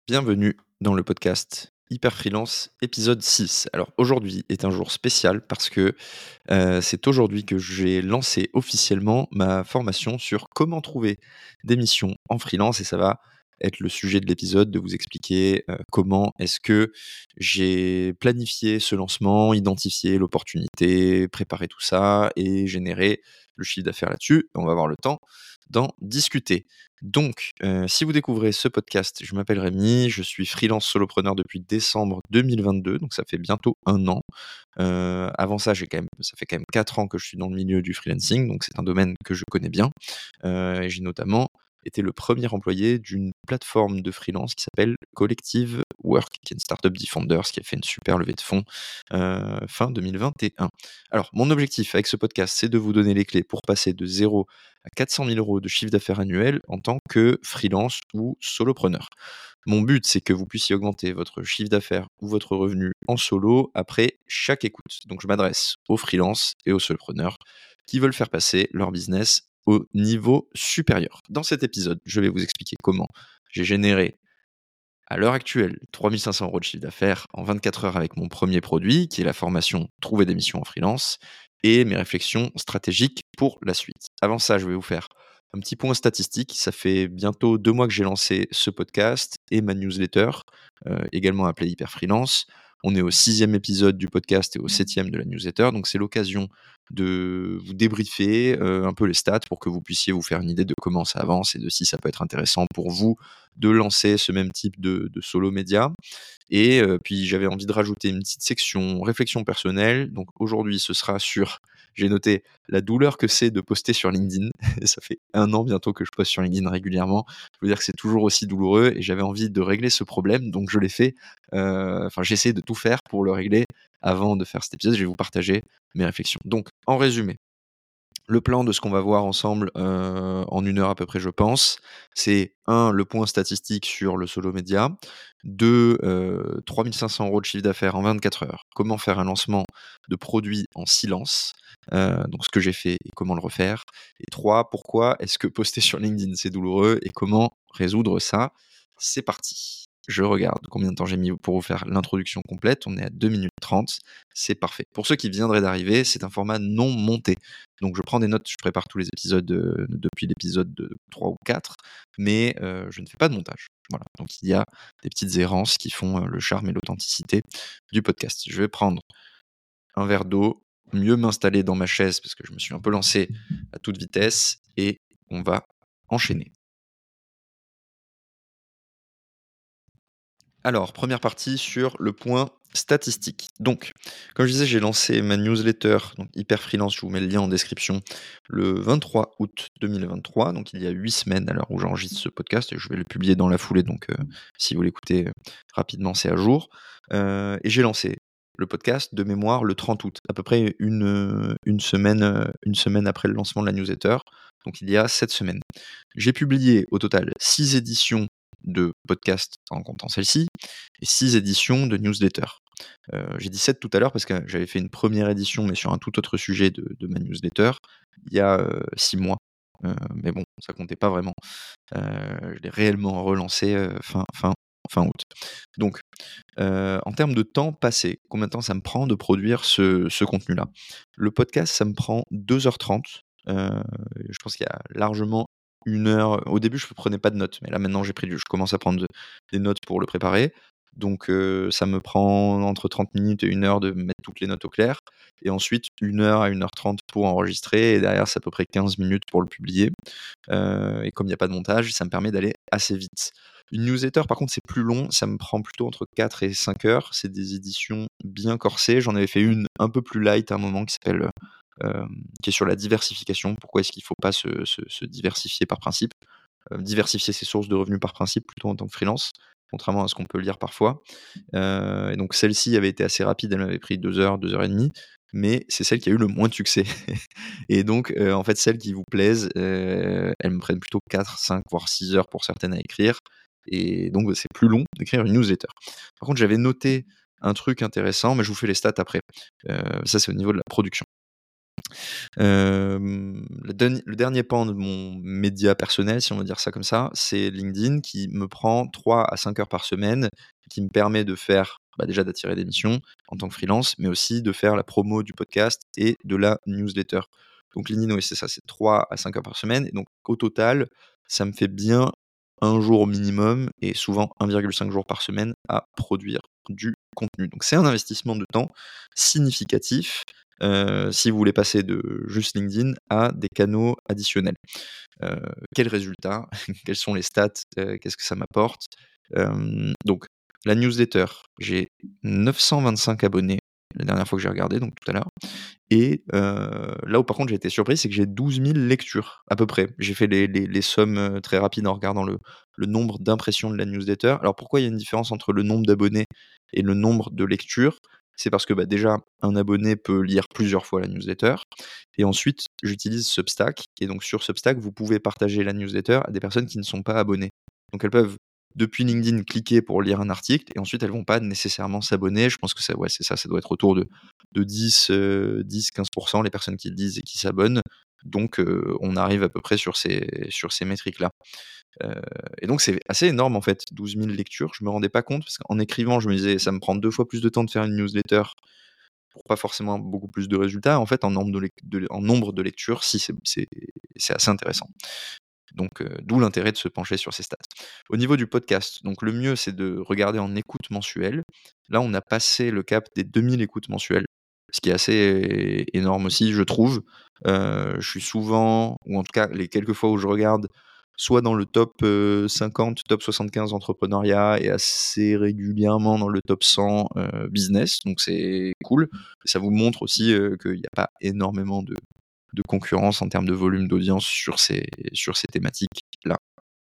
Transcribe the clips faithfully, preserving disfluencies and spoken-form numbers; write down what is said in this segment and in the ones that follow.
Bienvenue dans le podcast Hyper Freelance, épisode six. Alors aujourd'hui est un jour spécial parce que euh, c'est aujourd'hui que j'ai lancé officiellement ma formation sur comment trouver des missions en freelance et ça va être le sujet de l'épisode de vous expliquer euh, comment est-ce que j'ai planifié ce lancement, identifié l'opportunité, préparé tout ça et généré le chiffre d'affaires là-dessus. On va avoir le temps d'en discuter. Donc, heu, si vous découvrez ce podcast, je m'appelle Rémi, je suis freelance solopreneur depuis décembre deux mille vingt-deux, donc ça fait bientôt un an. Heu, avant ça, j'ai quand même ça fait quand même quatre ans que je suis dans le milieu du freelancing, donc c'est un domaine que je connais bien. Heu et j'ai notamment été le premier employé d'une plateforme de freelance qui s'appelle Collective Work, qui est une startup d'e-founders qui a fait une super levée de fonds, heu, fin deux mille vingt et un. Alors mon objectif avec ce podcast, c'est de vous donner les clés pour passer de zéro à quatre cent mille euros de chiffre d'affaires annuel en tant que freelance ou solopreneur. Mon but, c'est que vous puissiez augmenter votre chiffre d'affaires ou votre revenu en solo après chaque écoute. Donc, je m'adresse aux freelances et aux solopreneurs qui veulent faire passer leur business au niveau supérieur. Dans cet épisode, je vais vous expliquer comment j'ai généré à l'heure actuelle trois mille cinq cents euros de chiffre d'affaires en vingt-quatre heures avec mon premier produit, qui est la formation Trouver des missions en freelance, et mes réflexions stratégiques pour la suite. Avant ça, je vais vous faire un petit point statistique. Ça fait bientôt deux mois que j'ai lancé ce podcast et ma newsletter, euh, également appelée Hyper Freelance. On est au sixième épisode du podcast et au septième de la newsletter, donc c'est l'occasion de vous débriefer euh, un peu les stats pour que vous puissiez vous faire une idée de comment ça avance et de si ça peut être intéressant pour vous de lancer ce même type de, de solo média. Et euh, puis j'avais envie de rajouter une petite section réflexion personnelle. Donc aujourd'hui, ce sera sur, j'ai noté la douleur que c'est de poster sur LinkedIn. Et ça fait un an bientôt que je poste sur LinkedIn régulièrement. Je veux dire que c'est toujours aussi douloureux et j'avais envie de régler ce problème. Donc je l'ai fait. Euh, Enfin, j'ai essayé de tout faire pour le régler avant de faire cet épisode. Je vais vous partager mes réflexions. Donc, en résumé, le plan de ce qu'on va voir ensemble euh, en une heure à peu près, je pense, c'est un, le point statistique sur le solo média, deux, euh, trois mille cinq cents euros de chiffre d'affaires en vingt-quatre heures, comment faire un lancement de produit en silence, euh, donc ce que j'ai fait et comment le refaire, et trois, pourquoi est-ce que poster sur LinkedIn c'est douloureux et comment résoudre ça. C'est parti. Je regarde combien de temps j'ai mis pour vous faire l'introduction complète. On est à deux minutes trente. C'est parfait. Pour ceux qui viendraient d'arriver, c'est un format non monté. Donc je prends des notes, je prépare tous les épisodes euh, depuis l'épisode de trois ou quatre, mais euh, je ne fais pas de montage. Voilà. Donc il y a des petites errances qui font euh, le charme et l'authenticité du podcast. Je vais prendre un verre d'eau, mieux m'installer dans ma chaise parce que je me suis un peu lancé à toute vitesse et on va enchaîner. Alors, première partie sur le point statistique. Donc, comme je disais, j'ai lancé ma newsletter, donc Hyper Freelance, je vous mets le lien en description, le vingt-trois août deux mille vingt-trois, donc il y a huit semaines à l'heure où j'enregistre ce podcast, et je vais le publier dans la foulée, donc euh, si vous l'écoutez euh, rapidement, c'est à jour. Euh, et j'ai lancé le podcast de mémoire le trente août, à peu près une, euh, une, semaine, euh, une semaine après le lancement de la newsletter, donc il y a sept semaines. J'ai publié au total six éditions de podcast en comptant celle-ci, et six éditions de newsletter. Euh, j'ai dit sept tout à l'heure parce que j'avais fait une première édition, mais sur un tout autre sujet de, de ma newsletter, il y a euh, six mois. Euh, mais bon, ça comptait pas vraiment. Euh, je l'ai réellement relancé euh, fin, fin, fin août. Donc, euh, en termes de temps passé, combien de temps ça me prend de produire ce, ce contenu-là? Le podcast, ça me prend deux heures trente. Euh, je pense qu'il y a largement une heure. Au début, je ne prenais pas de notes, mais là maintenant, j'ai pris du... je commence à prendre de- des notes pour le préparer. Donc, euh, ça me prend entre trente minutes et une heure de mettre toutes les notes au clair. Et ensuite, une heure à une heure trente pour enregistrer. Et derrière, c'est à peu près quinze minutes pour le publier. Euh, et comme il n'y a pas de montage, ça me permet d'aller assez vite. Une newsletter, par contre, c'est plus long. Ça me prend plutôt entre quatre et cinq heures. C'est des éditions bien corsées. J'en avais fait une un peu plus light à un moment qui s'appelle euh, qui est sur la diversification. Pourquoi est-ce qu'il ne faut pas se, se- se diversifier par principe? Euh, diversifier ses sources de revenus par principe plutôt en tant que freelance, contrairement à ce qu'on peut lire parfois. Euh, et donc celle-ci avait été assez rapide, elle m'avait pris deux heures, deux heures et demie, mais c'est celle qui a eu le moins de succès. Et donc, euh, en fait, celles qui vous plaisent, euh, elles me prennent plutôt quatre, cinq, voire six heures pour certaines à écrire. Et donc, c'est plus long d'écrire une newsletter. Par contre, j'avais noté un truc intéressant, mais je vous fais les stats après. Euh, ça, c'est au niveau de la production. Hem, le deuxi le dernier pan de mon média personnel, si on veut dire ça comme ça, c'est LinkedIn qui me prend trois à cinq heures par semaine, qui me permet de faire, bah, déjà d'attirer des missions en tant que freelance, mais aussi de faire la promo du podcast et de la newsletter. Donc LinkedIn, oui, c'est ça, c'est trois à cinq heures par semaine et donc au total, ça me fait bien un jour minimum et souvent un virgule cinq jours par semaine à produire du contenu. Donc c'est un investissement de temps significatif, heu, si vous voulez passer de juste LinkedIn à des canaux additionnels. Heu, quels résultats? Quelles sont les stats? Heu, qu'est-ce que ça m'apporte? Hem, donc la newsletter, j'ai neuf cent vingt-cinq abonnés la dernière fois que j'ai regardé, donc tout à l'heure. Et heu, là où par contre j'ai été surpris, c'est que j'ai douze mille lectures à peu près. J'ai fait les les les sommes, heu, très rapides en regardant le le nombre d'impressions de la newsletter. Alors pourquoi il y a une différence entre le nombre d'abonnés et le nombre de lectures? C'est parce que, bah, déjà, un abonné peut lire plusieurs fois la newsletter et ensuite j'utilise Substack et donc sur Substack, vous pouvez partager la newsletter à des personnes qui ne sont pas abonnées. Donc elles peuvent, depuis LinkedIn, cliquer pour lire un article et ensuite elles vont pas nécessairement s'abonner. Je pense que ça ouais, c'est ça, ça doit être autour de de dix, heu, dix quinze les personnes qui le lisent et qui s'abonnent. Donc heu, on arrive à peu près sur ces sur ces métriques-là. Heu et donc c'est assez énorme en fait, douze mille lectures. Je me rendais pas compte parce qu'en écrivant, je me disais: «Ça me prend deux fois plus de temps de faire une newsletter pour pas forcément beaucoup plus de résultats». En fait, en nombre de lec de en nombre de lectures, si, c'est c'est c'est assez intéressant. Donc heu, d'où l'intérêt de se pencher sur ces stats. Au niveau du podcast, donc le mieux, c'est de regarder en écoute mensuelle. Là, on a passé le cap des deux mille écoutes mensuelles, ce qui est assez énorme aussi, je trouve. Heu, je suis souvent ou en tout cas les quelques fois où je regarde, soit dans le top, heu, cinquante, top soixante-quinze entrepreneuriat et assez régulièrement dans le top cent, heu, business, donc c'est cool. Ça vous montre aussi, heu, qu'il y a pas énormément de de concurrence en termes de volume d'audience sur ces sur ces thématiques-là.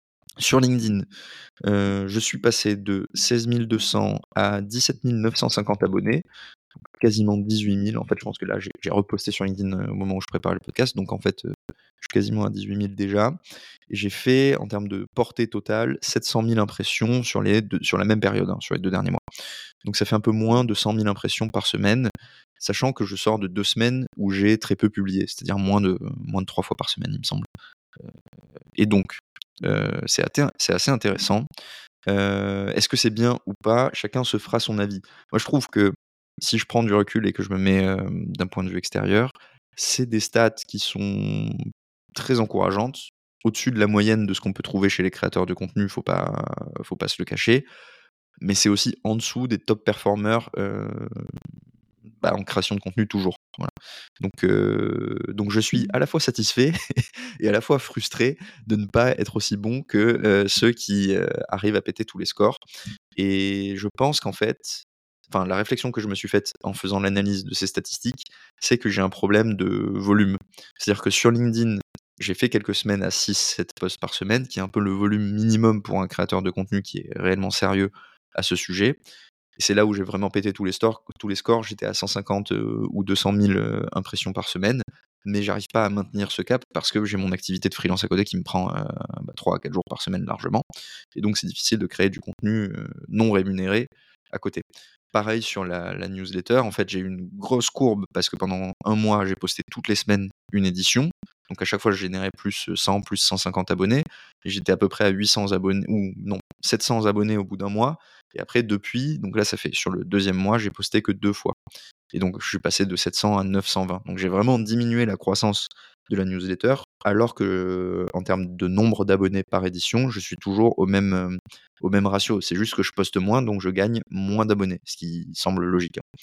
Sur LinkedIn, heu, je suis passé de seize mille deux cents à dix-sept mille neuf cent cinquante abonnés, quasiment dix-huit mille. En fait, je pense que là, j'ai j'ai reposté sur LinkedIn, heu, au moment où je préparais le podcast, donc en fait, heu, je suis quasiment à dix-huit mille déjà et j'ai fait, en termes de portée totale, sept cent mille impressions sur les deux sur la même période, hein, sur les deux derniers mois. Donc ça fait un peu moins de cent mille impressions par semaine, sachant que je sors de deux semaines où j'ai très peu publié, c'est-à-dire moins de moins de trois fois par semaine, il me semble. Heu et donc heu, c'est até c'est assez intéressant. Heu, est-ce que c'est bien ou pas? Chacun se fera son avis. Moi, je trouve que si je prends du recul et que je me mets, hem, d'un point de vue extérieur, c'est des stats qui sont très encourageantes, au-dessus de la moyenne de ce qu'on peut trouver chez les créateurs de contenu, faut pas faut pas se le cacher. Mais c'est aussi en dessous des top performers, heu, bah, en création de contenu toujours, voilà. Donc heu, donc je suis à la fois satisfait et à la fois frustré de ne pas être aussi bon que, heu, ceux qui, heu, arrivent à péter tous les scores et je pense qu'en fait enfin la réflexion que je me suis faite en faisant l'analyse de ces statistiques, c'est que j'ai un problème de volume. C'est-à-dire que sur LinkedIn, j'ai fait quelques semaines à six sept posts par semaine, qui est un peu le volume minimum pour un créateur de contenu qui est réellement sérieux à ce sujet. Et c'est là où j'ai vraiment pété tous les stores tous les scores. J'étais à cent cinquante, heu, ou deux cent mille, heu, impressions par semaine, mais j'arrive pas à maintenir ce cap parce que j'ai mon activité de freelance à côté qui me prend, heu, bah, trois à quatre jours par semaine largement et donc c'est difficile de créer du contenu, heu, non rémunéré à côté. Pareil sur la la newsletter, en fait, j'ai eu une grosse courbe parce que pendant un mois, j'ai posté toutes les semaines une édition. Donc à chaque fois, je générais plus, cent, plus cent cinquante abonnés et j'étais à peu près à huit cents abonnés ou non, sept cents abonnés au bout d'un mois et après depuis donc là, ça fait sur le deuxième mois, j'ai posté que deux fois et donc je suis passé de sept cents à neuf cent vingt. Donc j'ai vraiment diminué la croissance de la newsletter alors que, en termes de nombre d'abonnés par édition, je suis toujours au même, hem, au même ratio. C'est juste que je poste moins, donc je gagne moins d'abonnés, ce qui semble logique, hein.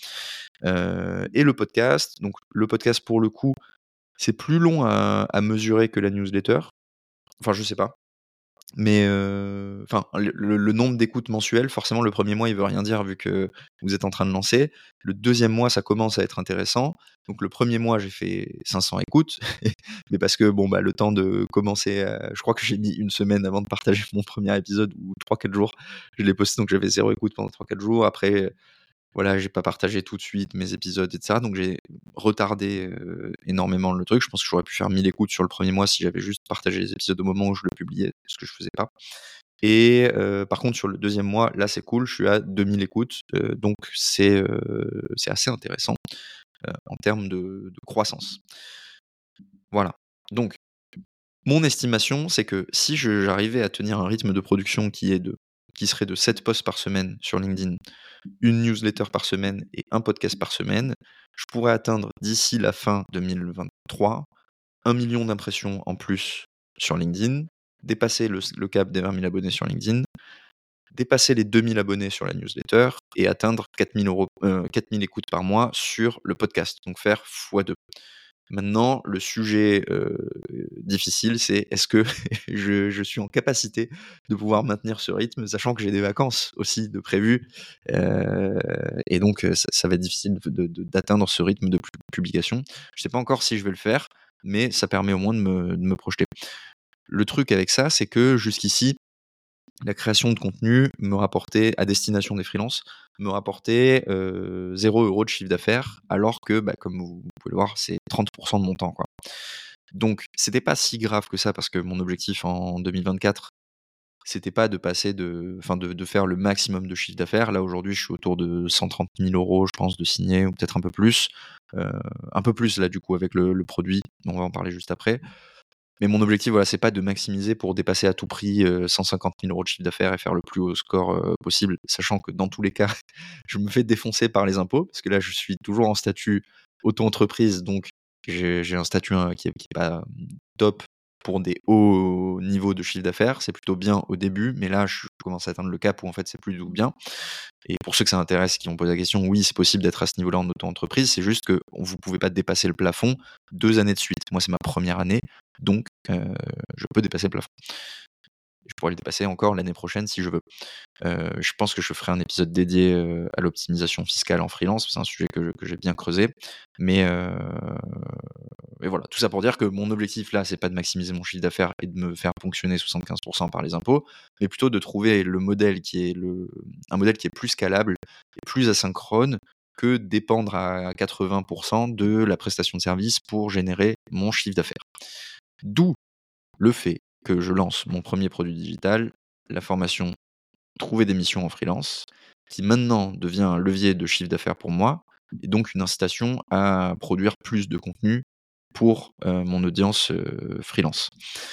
Heu et le podcast, donc le podcast pour le coup, c'est plus long à à mesurer que la newsletter. Enfin, je sais pas. Mais heu, enfin, le le le nombre d'écoutes mensuelles, forcément, le premier mois, il veut rien dire vu que vous êtes en train de lancer. Le deuxième mois, ça commence à être intéressant. Donc le premier mois, j'ai fait cinq cents écoutes, mais parce que bon, bah, le temps de commencer, heu, je crois que j'ai mis une semaine avant de partager mon premier épisode ou trois quatre jours. Je l'ai posté, donc j'avais zéro écoute pendant trois quatre jours. Après, voilà, j'ai pas partagé tout de suite mes épisodes et cetera, donc j'ai retardé, heu, énormément le truc. Je pense que j'aurais pu faire mille écoutes sur le premier mois si j'avais juste partagé les épisodes au moment où je le publiais, ce que je faisais pas et heu, par contre sur le deuxième mois, là c'est cool, je suis à deux mille écoutes, heu, donc c'est, heu, c'est assez intéressant. heu, en termes de de croissance. Voilà. Donc mon estimation, c'est que si je j'arrivais à tenir un rythme de production qui est de qui serait de sept posts par semaine sur LinkedIn, une newsletter par semaine et un podcast par semaine, je pourrais atteindre d'ici la fin deux mille vingt-trois un million d'impressions en plus sur LinkedIn, dépasser le le cap des vingt mille abonnés sur LinkedIn, dépasser les deux mille abonnés sur la newsletter et atteindre quatre mille euros, heu, quatre mille écoutes par mois sur le podcast, donc faire fois deux. Maintenant, le sujet, heu, difficile, c'est est-ce que je je suis en capacité de pouvoir maintenir ce rythme, sachant que j'ai des vacances aussi de prévues, heu et donc heu, ça ça va être difficile de de d'atteindre ce rythme de pu publication. Je sais pas encore si je vais le faire, mais ça permet au moins de me de me projeter. Le truc avec ça, c'est que jusqu'ici, la création de contenu me rapportait à destination des freelances, me rapportait, heu, zéro € de chiffre d'affaires, alors que, bah, comme vous vous pouvez le voir, c'est trente de mon temps, quoi. Donc c'était pas si grave que ça parce que mon objectif en deux mille vingt-quatre, c'était pas de passer de enfin de de faire le maximum de chiffre d'affaires. Là, aujourd'hui, je suis autour de cent trente mille euros, je pense, de signés ou peut-être un peu plus. Heu, un peu plus là, du coup, avec le le produit, on va en parler juste après. Mais mon objectif, voilà, c'est pas de maximiser pour dépasser à tout prix, heu, cent cinquante mille € de chiffre d'affaires et faire le plus haut score, heu, possible. Sachant que dans tous les cas, je me fais défoncer par les impôts, parce que là, je suis toujours en statut auto-entreprise, donc j'ai j'ai un statut, hein, qui est qui est pas, mmh, top pour des hauts niveaux de chiffre d'affaires. C'est plutôt bien au début, mais là, je commence à atteindre le cap où en fait, c'est plus du tout bien. Et pour ceux que ça intéresse, qui ont posé la question, oui, c'est possible d'être à ce niveau-là en auto-entreprise. C'est juste que vous pouvez pas dépasser le plafond deux années de suite. Moi, c'est ma première année, donc heu, je peux dépasser le plafond. Je pourrais le dépasser encore l'année prochaine si je veux. Heu, je pense que je ferai un épisode dédié, heu, à l'optimisation fiscale en freelance. C'est un sujet que que j'ai bien creusé. Mais heu, mais voilà, tout ça pour dire que mon objectif là, c'est pas de maximiser mon chiffre d'affaires et de me faire ponctionner soixante-quinze par les impôts, mais plutôt de trouver le modèle qui est le un modèle qui est plus scalable et plus asynchrone que dépendre à quatre-vingts de la prestation de service pour générer mon chiffre d'affaires. D'où le fait que je lance mon premier produit digital, la formation Trouver des missions en freelance, qui maintenant devient un levier de chiffre d'affaires pour moi et donc une incitation à produire plus de contenu pour, heu, mon audience, heu, freelance.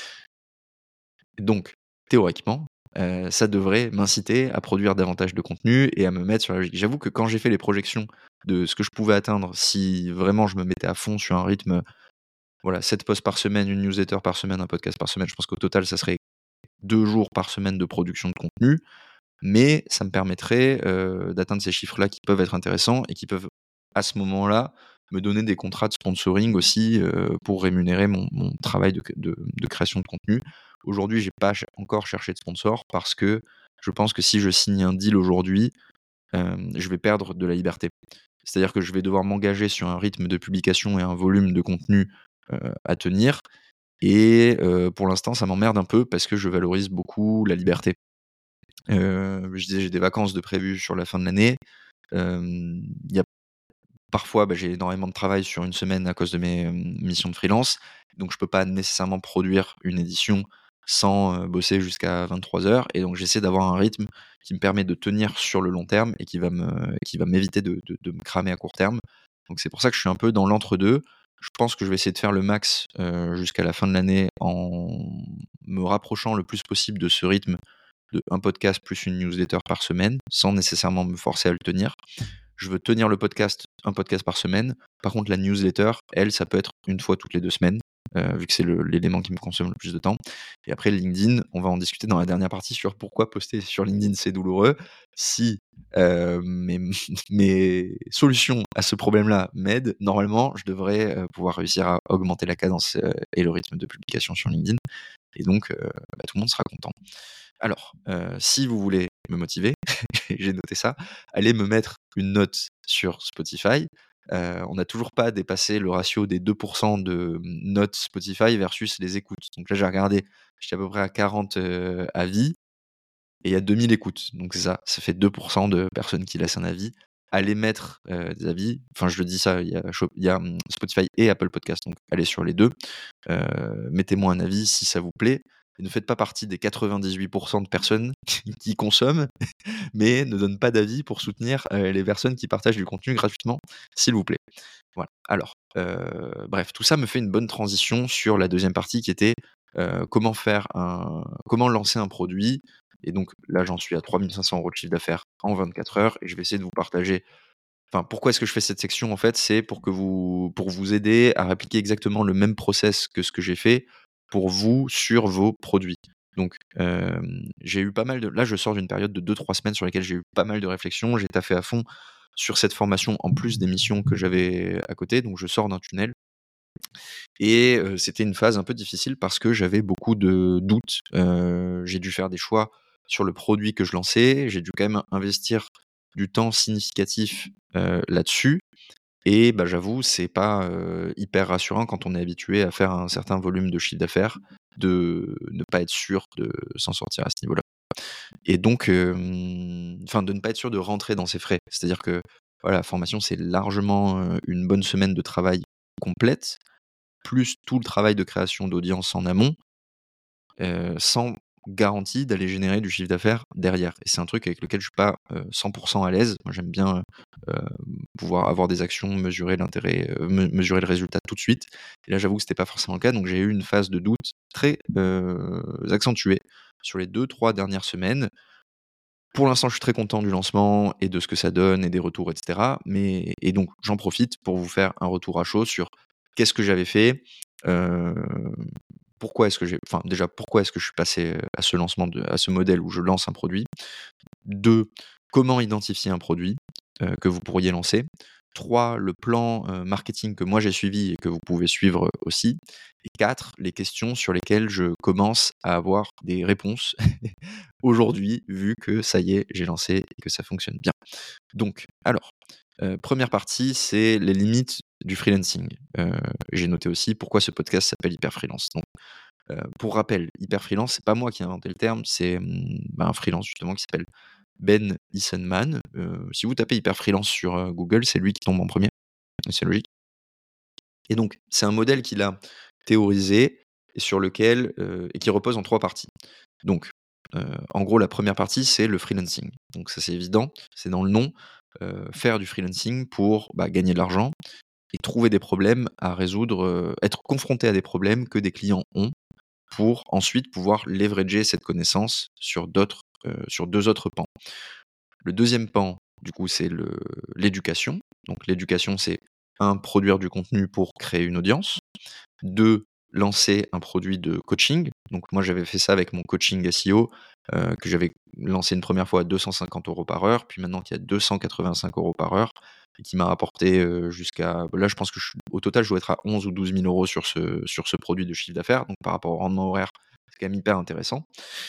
Donc théoriquement, heu, ça devrait m'inciter à produire davantage de contenu et à me mettre sur la logique. J'avoue que quand j'ai fait les projections de ce que je pouvais atteindre si vraiment je me mettais à fond sur un rythme, voilà, sept posts par semaine, une newsletter par semaine, un podcast par semaine, je pense qu'au total ça serait deux jours par semaine de production de contenu. Mais ça me permettrait, heu, d'atteindre ces chiffres-là qui peuvent être intéressants et qui peuvent, à ce moment-là, me donner des contrats de sponsoring aussi, heu, pour rémunérer mon mon travail de de de création de contenu. Aujourd'hui, j'ai pas ch encore cherché de sponsor parce que je pense que si je signe un deal aujourd'hui, hem, je vais perdre de la liberté. C'est-à-dire que je vais devoir m'engager sur un rythme de publication et un volume de contenu, heu, à tenir et heu, pour l'instant, ça m'emmerde un peu parce que je valorise beaucoup la liberté. Heu, je disais, j'ai des vacances de prévues sur la fin de l'année. Hem, il y a parfois, bah, j'ai énormément de travail sur une semaine à cause de mes, hem, missions de freelance, donc je peux pas nécessairement produire une édition sans, heu, bosser jusqu'à vingt-trois heures et donc j'essaie d'avoir un rythme qui me permet de tenir sur le long terme et qui va me qui va m'éviter de de de me cramer à court terme. Donc c'est pour ça que je suis un peu dans l'entre-deux. Je pense que je vais essayer de faire le max, heu, jusqu'à la fin de l'année en me rapprochant le plus possible de ce rythme de un podcast plus une newsletter par semaine, sans nécessairement me forcer à le tenir. Je veux tenir le podcast, un podcast par semaine. Par contre, la newsletter, elle, ça peut être une fois toutes les deux semaines, heu, vu que c'est le l'élément qui me consomme le plus de temps. Et après LinkedIn, on va en discuter dans la dernière partie sur pourquoi poster sur LinkedIn, c'est douloureux. Si, heu, mes mes solutions à ce problème-là m'aident, normalement, je devrais, heu, pouvoir réussir à augmenter la cadence, heu, et le rythme de publication sur LinkedIn et donc, heu, bah, tout le monde sera content. Alors, heu, si vous voulez me motiver, j'ai noté ça, allez me mettre une note sur Spotify. Heu, on n'a toujours pas dépassé le ratio des deux de, mmh, notes Spotify versus les écoutes. Donc là, j'ai regardé, j'étais à peu près à quarante, heu, avis et il y a deux mille écoutes. Donc c'est ça, ça fait deux de personnes qui laissent un avis. Allez mettre, heu, des avis. Enfin, je le dis ça, il y a Sho il y a, mmh, Spotify et Apple Podcast, donc allez sur les deux. Heu, mettez-moi un avis si ça vous plaît et ne faites pas partie des quatre-vingt-dix-huit de personnes qui qui consomment, mais ne donnent pas d'avis pour soutenir, heu, les personnes qui partagent du contenu gratuitement, s'il vous plaît. Voilà. Alors, heu, bref, tout ça me fait une bonne transition sur la deuxième partie qui était, heu, comment faire un comment lancer un produit et donc là, j'en suis à trois mille cinq cents euros de chiffre d'affaires en vingt-quatre heures et je vais essayer de vous partager enfin, pourquoi est-ce que je fais cette section en fait? C'est pour que vous pour vous aider à répliquer exactement le même process que ce que j'ai fait pour vous sur vos produits. Donc, hem, j'ai eu pas mal de là, je sors d'une période de deux trois semaines sur lesquelles j'ai eu pas mal de réflexions. J'ai taffé à fond sur cette formation en plus des missions que j'avais à côté, donc je sors d'un tunnel et heu, c'était une phase un peu difficile parce que j'avais beaucoup de doutes. Heu, j'ai dû faire des choix sur le produit que je lançais. J'ai dû quand même investir du temps significatif, heu, là-dessus et bah, j'avoue, c'est pas, heu, hyper rassurant quand on est habitué à faire un certain volume de chiffre d'affaires, de ne pas être sûr de s'en sortir à ce niveau-là et donc hem, enfin de ne pas être sûr de rentrer dans ses frais. C'est-à-dire que, voilà, la formation, c'est largement, heu, une bonne semaine de travail complète, plus tout le travail de création d'audience en amont, heu, sans garantie d'aller générer du chiffre d'affaires derrière et c'est un truc avec lequel je suis pas, heu, cent pour cent à l'aise. Moi, j'aime bien, heu, pouvoir avoir des actions, mesurer l'intérêt, heu, me mesurer le résultat tout de suite et là, j'avoue que c'était pas forcément le cas, donc j'ai eu une phase de doute très, heu, accentuée sur les deux trois dernières semaines. Pour l'instant, je suis très content du lancement et de ce que ça donne et des retours et cetera, mais et donc j'en profite pour vous faire un retour à chaud sur qu'est-ce que j'avais fait, hem, pourquoi est-ce que j'ai enfin, déjà, pourquoi est-ce que je suis passé, heu, à ce lancement de à ce modèle où je lance un produit? Deux, comment identifier un produit, heu, que vous pourriez lancer? Trois, le plan, heu, marketing que moi j'ai suivi et que vous pouvez suivre, heu, aussi. Et quatre, les questions sur lesquelles je commence à avoir des réponses aujourd'hui, vu que ça y est, j'ai lancé et que ça fonctionne bien. Donc, alors, heu, une partie, c'est les limites du freelancing. Heu, j'ai noté aussi pourquoi ce podcast s'appelle Hyper Freelance. Donc, heu, pour rappel, Hyper Freelance, c'est pas moi qui ai inventé le terme, c'est, mmh, bah, un freelance justement qui s'appelle Ben Issenman. Heu, si vous tapez Hyper Freelance sur, heu, Google, c'est lui qui tombe en premier. C'est logique. Et donc, c'est un modèle qu'il a théorisé et sur lequel, heu et qui repose en trois parties. Donc, heu, en gros, la première partie, c'est le freelancing. Donc ça, c'est évident, c'est dans le nom. Heu, faire du freelancing pour, bah, gagner de l'argent et trouver des problèmes à résoudre, heu, être confronté à des problèmes que des clients ont pour ensuite pouvoir leverager cette connaissance sur d'autres, heu, sur deux autres pans. Le deuxième pan, du coup, c'est le l'éducation. Donc l'éducation, c'est un produire du contenu pour créer une audience. Deux, lancer un produit de coaching. Donc moi, j'avais fait ça avec mon coaching S E O, heu, que j'avais lancé une première fois à deux cent cinquante euros par heure, puis maintenant qui est à deux cent quatre-vingt-cinq euros par heure et qui m'a rapporté, heu, jusqu'à là, je pense que je suis au total, je dois être à onze ou douze mille euros sur ce sur ce produit de chiffre d'affaires. Donc par rapport au rendement horaire, c'est quand même hyper intéressant.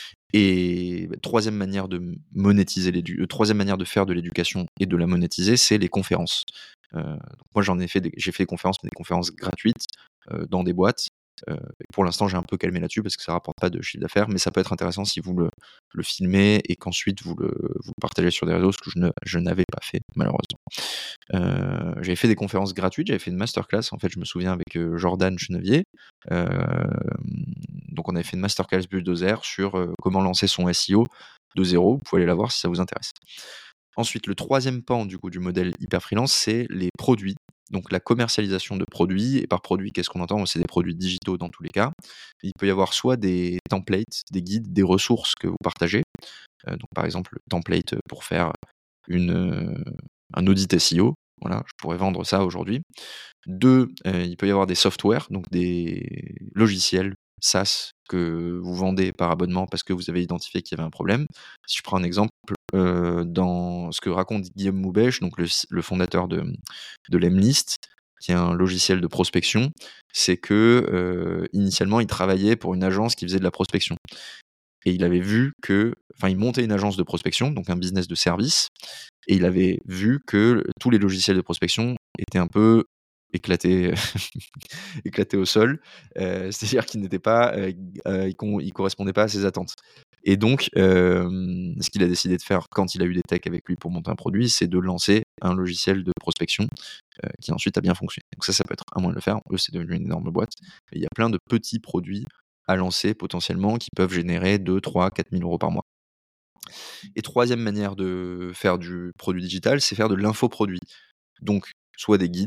Et bah, troisième manière de m monétiser l'édu heu, troisième manière de faire de l'éducation et de la monétiser, c'est les conférences. Heu, donc moi j'en ai fait des j'ai fait des conférences, mais des conférences gratuites, heu, dans des boîtes. Heu, pour l'instant, j'ai un peu calmé là-dessus parce que ça rapporte pas de chiffre d'affaires, mais ça peut être intéressant si vous le le filmez et qu'ensuite vous le vous le partagez sur des réseaux, ce que je ne je n'avais pas fait malheureusement. Heu, j'avais fait des conférences gratuites, j'avais fait une masterclass, en fait, je me souviens avec, heu, Jordan Chenevier. Hem, donc on avait fait une masterclass Bulldozer sur, heu, comment lancer son S E O de zéro. Vous pouvez aller la voir si ça vous intéresse. Ensuite, le troisième pan du coup du modèle hyper freelance, c'est les produits. Donc la commercialisation de produits et par produit, qu'est-ce qu'on entend? C'est des produits digitaux dans tous les cas. Il peut y avoir soit des templates, des guides, des ressources que vous partagez. Heu, donc par exemple, le template, pour faire une, heu, un audit S E O. Voilà, je pourrais vendre ça aujourd'hui. Deux, heu, il peut y avoir des softwares, donc des logiciels SaaS que vous vendez par abonnement parce que vous avez identifié qu'il y avait un problème. Si je prends un exemple, heu, dans ce que raconte Guillaume Moubèche, donc le s le fondateur de, mmh, de Lemlist, qui est un logiciel de prospection, c'est que, heu, initialement, il travaillait pour une agence qui faisait de la prospection et il avait vu que enfin, il montait une agence de prospection, donc un business de service et il avait vu que tous les logiciels de prospection étaient un peu éclatés éclatés au sol, heu, c'est-à-dire qu'ils n'étaient pas, heu, g heu, ils con ils correspondaient pas à ses attentes et donc hem, ce qu'il a décidé de faire quand il a eu des techs avec lui pour monter un produit, c'est de lancer un logiciel de prospection, heu, qui ensuite a bien fonctionné. Donc ça, ça peut être un moyen de le faire. Eux, c'est devenu une énorme boîte et il y a plein de petits produits à lancer potentiellement qui peuvent générer deux, trois, quatre mille euros par mois. Et troisième manière de faire du produit digital, c'est faire de l'infoproduit. Donc soit des guides,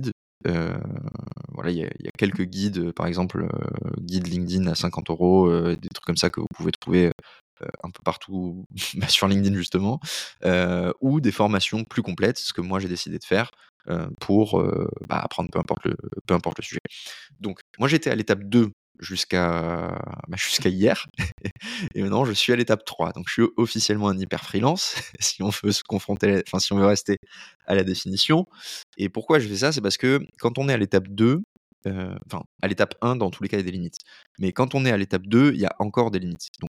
Heu, voilà, il y a il y a quelques guides, heu, par exemple, heu, guide LinkedIn à cinquante euros €, heu, des trucs comme ça que vous pouvez trouver, heu, un peu partout, bah, sur LinkedIn justement, heu, ou des formations plus complètes, ce que moi j'ai décidé de faire, heu, pour, heu, bah, apprendre peu importe le peu importe le sujet. Donc moi j'étais à l'étape deux jusqu'à, bah, jusqu'à hier et maintenant je suis à l'étape trois. Donc je suis officiellement un hyper freelance si on veut se confronter enfin si on veut rester à la définition. Et pourquoi je fais ça? C'est parce que quand on est à l'étape deux, heu, enfin à l'étape un dans tous les cas il y a des limites. Mais quand on est à l'étape deux, il y a encore des limites. Donc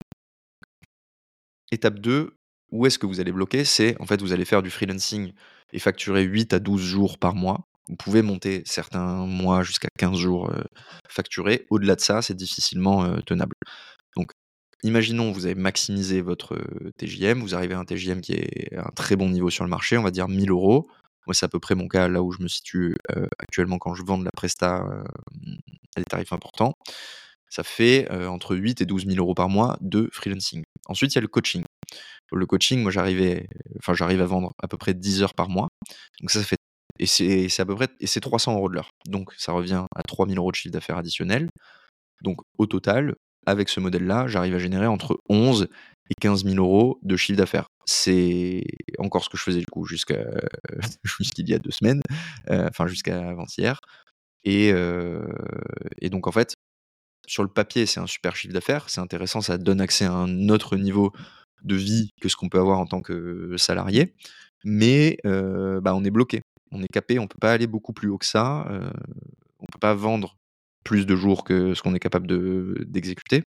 étape deux, où est-ce que vous allez bloquer? C'est en fait, vous allez faire du freelancing et facturer huit à douze jours par mois. Vous pouvez monter certains mois jusqu'à quinze jours, heu, facturés. Au-delà de ça, c'est difficilement, heu, tenable. Donc imaginons, vous avez maximisé votre, heu, T J M, vous arrivez à un T J M qui est à un très bon niveau sur le marché, on va dire mille euros. Moi, c'est à peu près mon cas, là où je me situe, heu, actuellement quand je vends de la presta, hem, à des tarifs importants. Ça fait, heu, entre huit et douze mille euros par mois de freelancing. Ensuite, il y a le coaching. Le coaching, moi, j'arrivais enfin, j'arrive à vendre à peu près dix heures par mois. Donc ça, ça fait et c'est c'est à peu près et c'est trois cents euros de l'heure. Donc ça revient à trois mille euros de chiffre d'affaires additionnel. Donc au total, avec ce modèle-là, j'arrive à générer entre onze et quinze mille euros de chiffre d'affaires. C'est encore ce que je faisais, du coup, jusqu'à jusqu'il y a deux semaines, heu, enfin jusqu'à avant-hier et heu et donc en fait, sur le papier, c'est un super chiffre d'affaires, c'est intéressant, ça donne accès à un autre niveau de vie que ce qu'on peut avoir en tant que salarié. Mais, heu, bah, on est bloqué. On est capé, on peut pas aller beaucoup plus haut que ça, heu, on peut pas vendre plus de jours que ce qu'on est capable de d'exécuter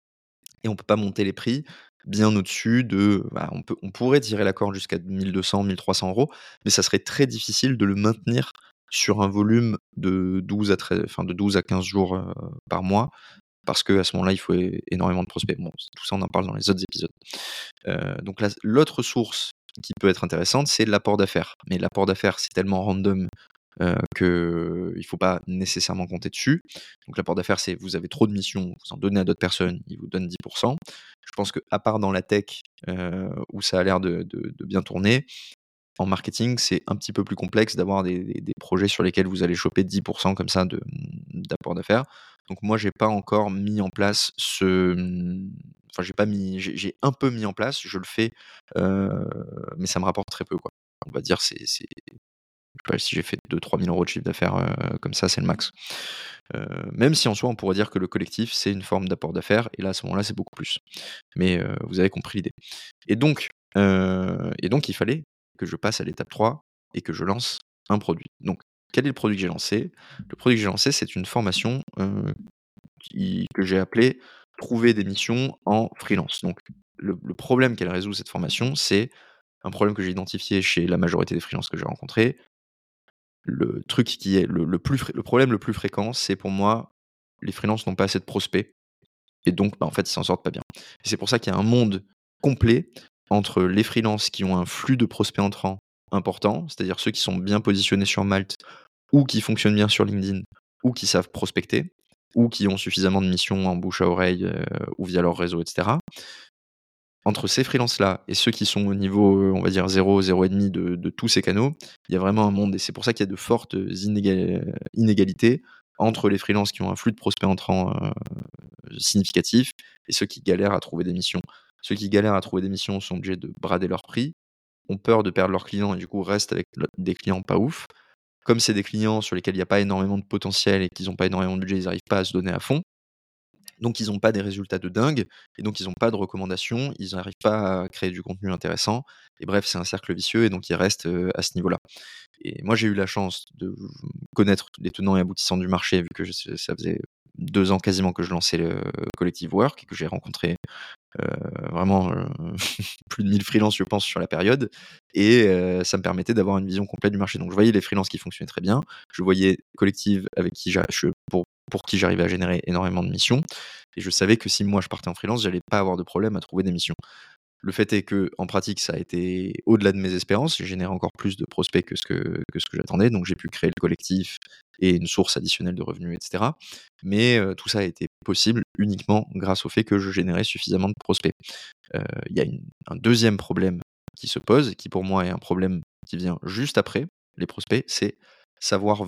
et on peut pas monter les prix bien au-dessus de bah, on peut on pourrait tirer la corde jusqu'à mille deux cents mille trois cents euros, mais ça serait très difficile de le maintenir sur un volume de douze à treize enfin de douze à quinze jours, heu, par mois parce qu'à ce moment-là, il faut é énormément de prospects. Bon, tout ça, on en parle dans les autres épisodes. Heu, donc la l'autre source qui peut être intéressante, c'est l'apport d'affaires. Mais l'apport d'affaires, c'est tellement random, heu, qu'il ne faut pas nécessairement compter dessus. Donc l'apport d'affaires, c'est vous avez trop de missions, vous en donnez à d'autres personnes, ils vous donnent dix. Je pense qu'à part dans la tech, heu, où ça a l'air de de de bien tourner, en marketing, c'est un petit peu plus complexe d'avoir des des des projets sur lesquels vous allez choper dix comme ça de, mmh, d'apport d'affaires. Donc moi, j'ai pas encore mis en place ce, mmh, enfin j'ai pas mis j'ai j'ai un peu mis en place, je le fais, heu, mais ça me rapporte très peu, quoi. On va dire c'est c'est je sais pas si j'ai fait deux trois mille euros de chiffre d'affaires, heu, comme ça, c'est le max. Heu, même si en soi, on pourrait dire que le collectif, c'est une forme d'apport d'affaires et là, à ce moment-là, c'est beaucoup plus. Mais, heu, vous avez compris l'idée. Et donc, heu et donc il fallait que je passe à l'étape trois et que je lance un produit. Donc quel est le produit que j'ai lancé? Le produit que j'ai lancé, c'est une formation, heu, qui que j'ai appelée «Trouver des missions en freelance». Donc le le problème qu'elle résout cette formation, c'est un problème que j'ai identifié chez la majorité des freelances que j'ai rencontrés. Le truc qui est le le plus fré le problème le plus fréquent, c'est pour moi, les freelances n'ont pas assez de prospects et donc, bah, en fait, ils s'en sortent pas bien. Et c'est pour ça qu'il y a un monde complet entre les freelances qui ont un flux de prospects entrants important, c'est-à-dire ceux qui sont bien positionnés sur Malte ou qui fonctionnent bien sur LinkedIn ou qui savent prospecter ou qui ont suffisamment de missions en bouche à oreille, heu, ou via leur réseau et cetera. Entre ces freelances-là et ceux qui sont au niveau, heu, on va dire zéro, zéro et demi de de tous ces canaux, il y a vraiment un monde et c'est pour ça qu'il y a de fortes, inéga inégalités entre les freelances qui ont un flux de prospects entrants, heu, significatif et ceux qui galèrent à trouver des missions. Ceux qui galèrent à trouver des missions sont obligés de brader leur prix, ont peur de perdre leurs clients et du coup restent avec le des clients pas ouf. Comme c'est des clients sur lesquels il y a pas énormément de potentiel et qu'ils ont pas énormément de budget, ils arrivent pas à se donner à fond. Donc ils ont pas des résultats de dingue et donc ils ont pas de recommandations, ils n'arrivent pas à créer du contenu intéressant et bref, c'est un cercle vicieux et donc ils restent, heu, à ce niveau-là. Et moi, j'ai eu la chance de connaître les tenants et aboutissants du marché vu que je ça faisait deux ans quasiment que je lançais le Collective Work et que j'ai rencontré, heu, vraiment, heu, plus de mille freelances, je pense, sur la période et heu, ça me permettait d'avoir une vision complète du marché. Donc je voyais les freelances qui fonctionnaient très bien, je voyais Collective avec qui j'a je pour pour qui j'arrivais à générer énormément de missions et je savais que si moi je partais en freelance, j'allais pas avoir de problème à trouver des missions. Le fait est que en pratique, ça a été au-delà de mes espérances. J'ai généré encore plus de prospects que ce que que ce que j'attendais, donc j'ai pu créer le collectif et une source additionnelle de revenus et cetera. Mais, heu, tout ça a été possible uniquement grâce au fait que je générais suffisamment de prospects. Heu, il y a une un deuxième problème qui se pose, qui pour moi est un problème qui vient juste après les prospects, c'est savoir vendre.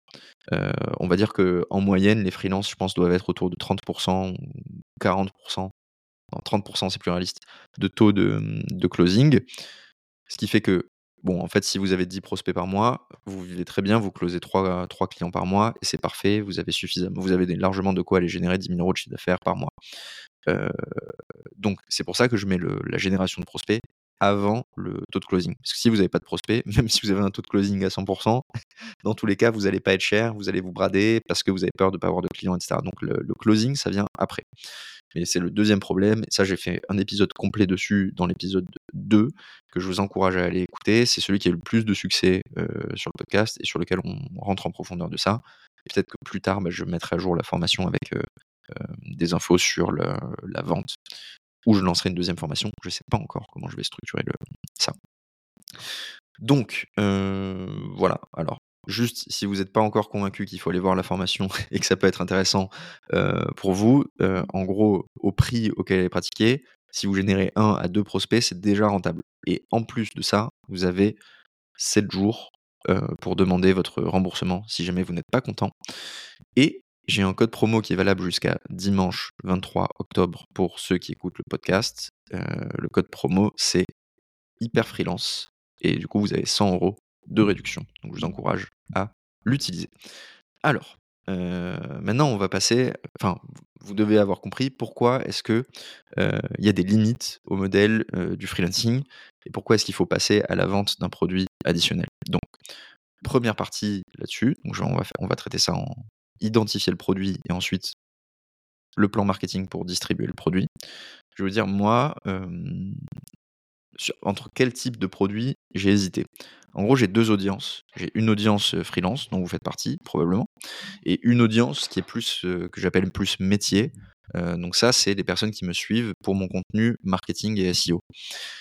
Heu, on va dire qu'en moyenne, les freelances, je pense, doivent être autour de trente ou quarante. Non, trente c'est plus réaliste, de taux de, mmh, de closing. Ce qui fait que, bon, en fait, si vous avez dix prospects par mois, vous vivez très bien, vous closez trois trois clients par mois et c'est parfait, vous avez suffisamment vous avez des largement de quoi aller générer dix mille euros de chiffre d'affaires par mois. Heu, donc c'est pour ça que je mets le la génération de prospects avant le taux de closing. Parce que si vous n'avez pas de prospects, même si vous avez un taux de closing à cent, dans tous les cas, vous allez pas être cher, vous allez vous brader parce que vous avez peur de pas avoir de clients et cetera. Donc le le closing, ça vient après. Et c'est le deuxième problème, et ça j'ai fait un épisode complet dessus dans l'épisode deux que je vous encourage à aller écouter. C'est celui qui a eu le plus de succès, heu, sur le podcast et sur lequel on rentre en profondeur de ça. Et peut-être que plus tard, bah, je mettrai à jour la formation avec, heu, hem, des infos sur le la vente, ou je lancerai une deuxième formation. Je sais pas encore comment je vais structurer le ça. Donc, heu, voilà, alors juste si vous n'êtes pas encore convaincu qu'il faut aller voir la formation et que ça peut être intéressant, heu, pour vous, heu, en gros, au prix auquel elle est pratiquée, si vous générez un à deux prospects, c'est déjà rentable et en plus de ça, vous avez sept jours, heu, pour demander votre remboursement si jamais vous n'êtes pas content, et j'ai un code promo qui est valable jusqu'à dimanche vingt-trois octobre pour ceux qui écoutent le podcast. Heu, le code promo, c'est hyper freelance, et du coup, vous avez cent euros de réduction. Donc je vous encourage à l'utiliser. Alors, heu, maintenant on va passer, enfin, v vous devez avoir compris pourquoi est-ce que, heu, il y a des limites au modèle, heu, du freelancing, et pourquoi est-ce qu'il faut passer à la vente d'un produit additionnel. Donc première partie là-dessus, donc je on va faire on va traiter ça en identifier le produit et ensuite le plan marketing pour distribuer le produit. Je veux dire, moi, hem sur entre quel type de produit j'ai hésité. En gros, j'ai deux audiences. J'ai une audience, heu, freelance dont vous faites partie probablement, et une audience qui est plus, heu, que j'appelle plus métier. Heu, donc ça, c'est les personnes qui me suivent pour mon contenu marketing et S E O,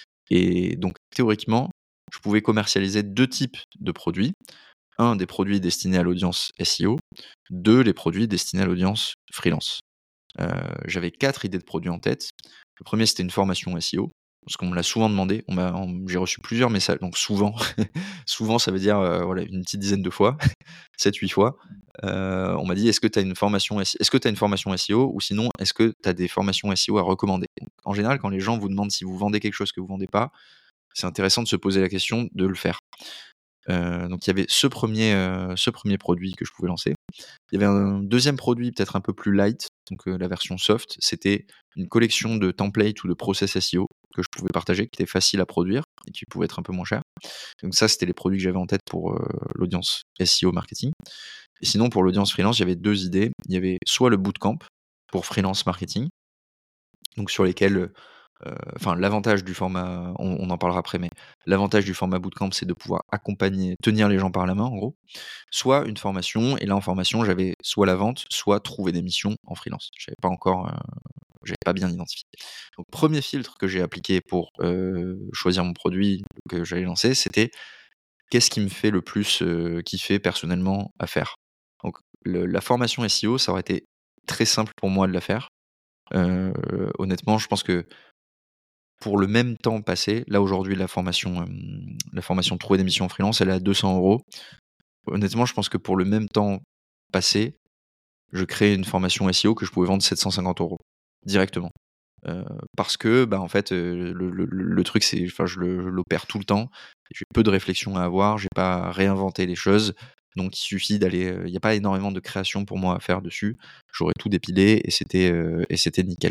et donc théoriquement, je pouvais commercialiser deux types de produits. Un, des produits destinés à l'audience S E O, deux, les produits destinés à l'audience freelance. Heu, j'avais quatre idées de produits en tête. Le premier, c'était une formation S E O, parce qu'on me l'a souvent demandé. On m'a on j'ai reçu plusieurs messages, donc souvent, souvent ça veut dire, heu, voilà, une petite dizaine de fois, sept huit fois. Heu, on m'a dit: «Est-ce que tu as une formation S est-ce que tu as une formation S E O, ou sinon est-ce que tu as des formations S E O à recommander?» Donc en général, quand les gens vous demandent si vous vendez quelque chose que vous vendez pas, c'est intéressant de se poser la question de le faire. Heu, donc il y avait ce premier er ce premier produit que je pouvais lancer. Il y avait un deuxième produit peut-être un peu plus light, donc heu, la version soft, c'était une collection de templates ou de process S E O que je pouvais partager, qui était facile à produire et qui pouvait être un peu moins cher. Donc ça, c'était les produits que j'avais en tête pour, heu, l'audience S E O marketing. Et sinon pour l'audience freelance, j'avais deux idées. Il y avait soit le bootcamp pour freelance marketing, donc sur lesquels, heu, enfin l'avantage du format, on on en parlera après, mais l'avantage du format bootcamp, c'est de pouvoir accompagner, tenir les gens par la main en gros. Soit une formation, et là en formation, j'avais soit la vente, soit trouver des missions en freelance. Je savais pas encore, heu, j'avais pas bien identifié. Donc premier filtre que j'ai appliqué pour, heu, choisir mon produit que j'allais lancer, c'était: qu'est-ce qui me fait le plus, heu, kiffer personnellement à faire? Donc le la formation S E O, ça aurait été très simple pour moi de la faire. Heu, honnêtement, je pense que pour le même temps passé, là aujourd'hui la formation, hem, la formation trouver des missions en freelance, elle est à deux cents euros. Honnêtement, je pense que pour le même temps passé, je crée une formation S E O que je pouvais vendre sept cent cinquante euros directement. Heu, parce que, bah, en fait, heu, le le le truc, c'est, enfin, je le je l'opère tout le temps. J'ai peu de réflexion à avoir, j'ai pas à réinventer les choses. Donc il suffit d'aller, heu, il y a pas énormément de création pour moi à faire dessus. J'aurais tout dépilé et c'était, heu et c'était nickel.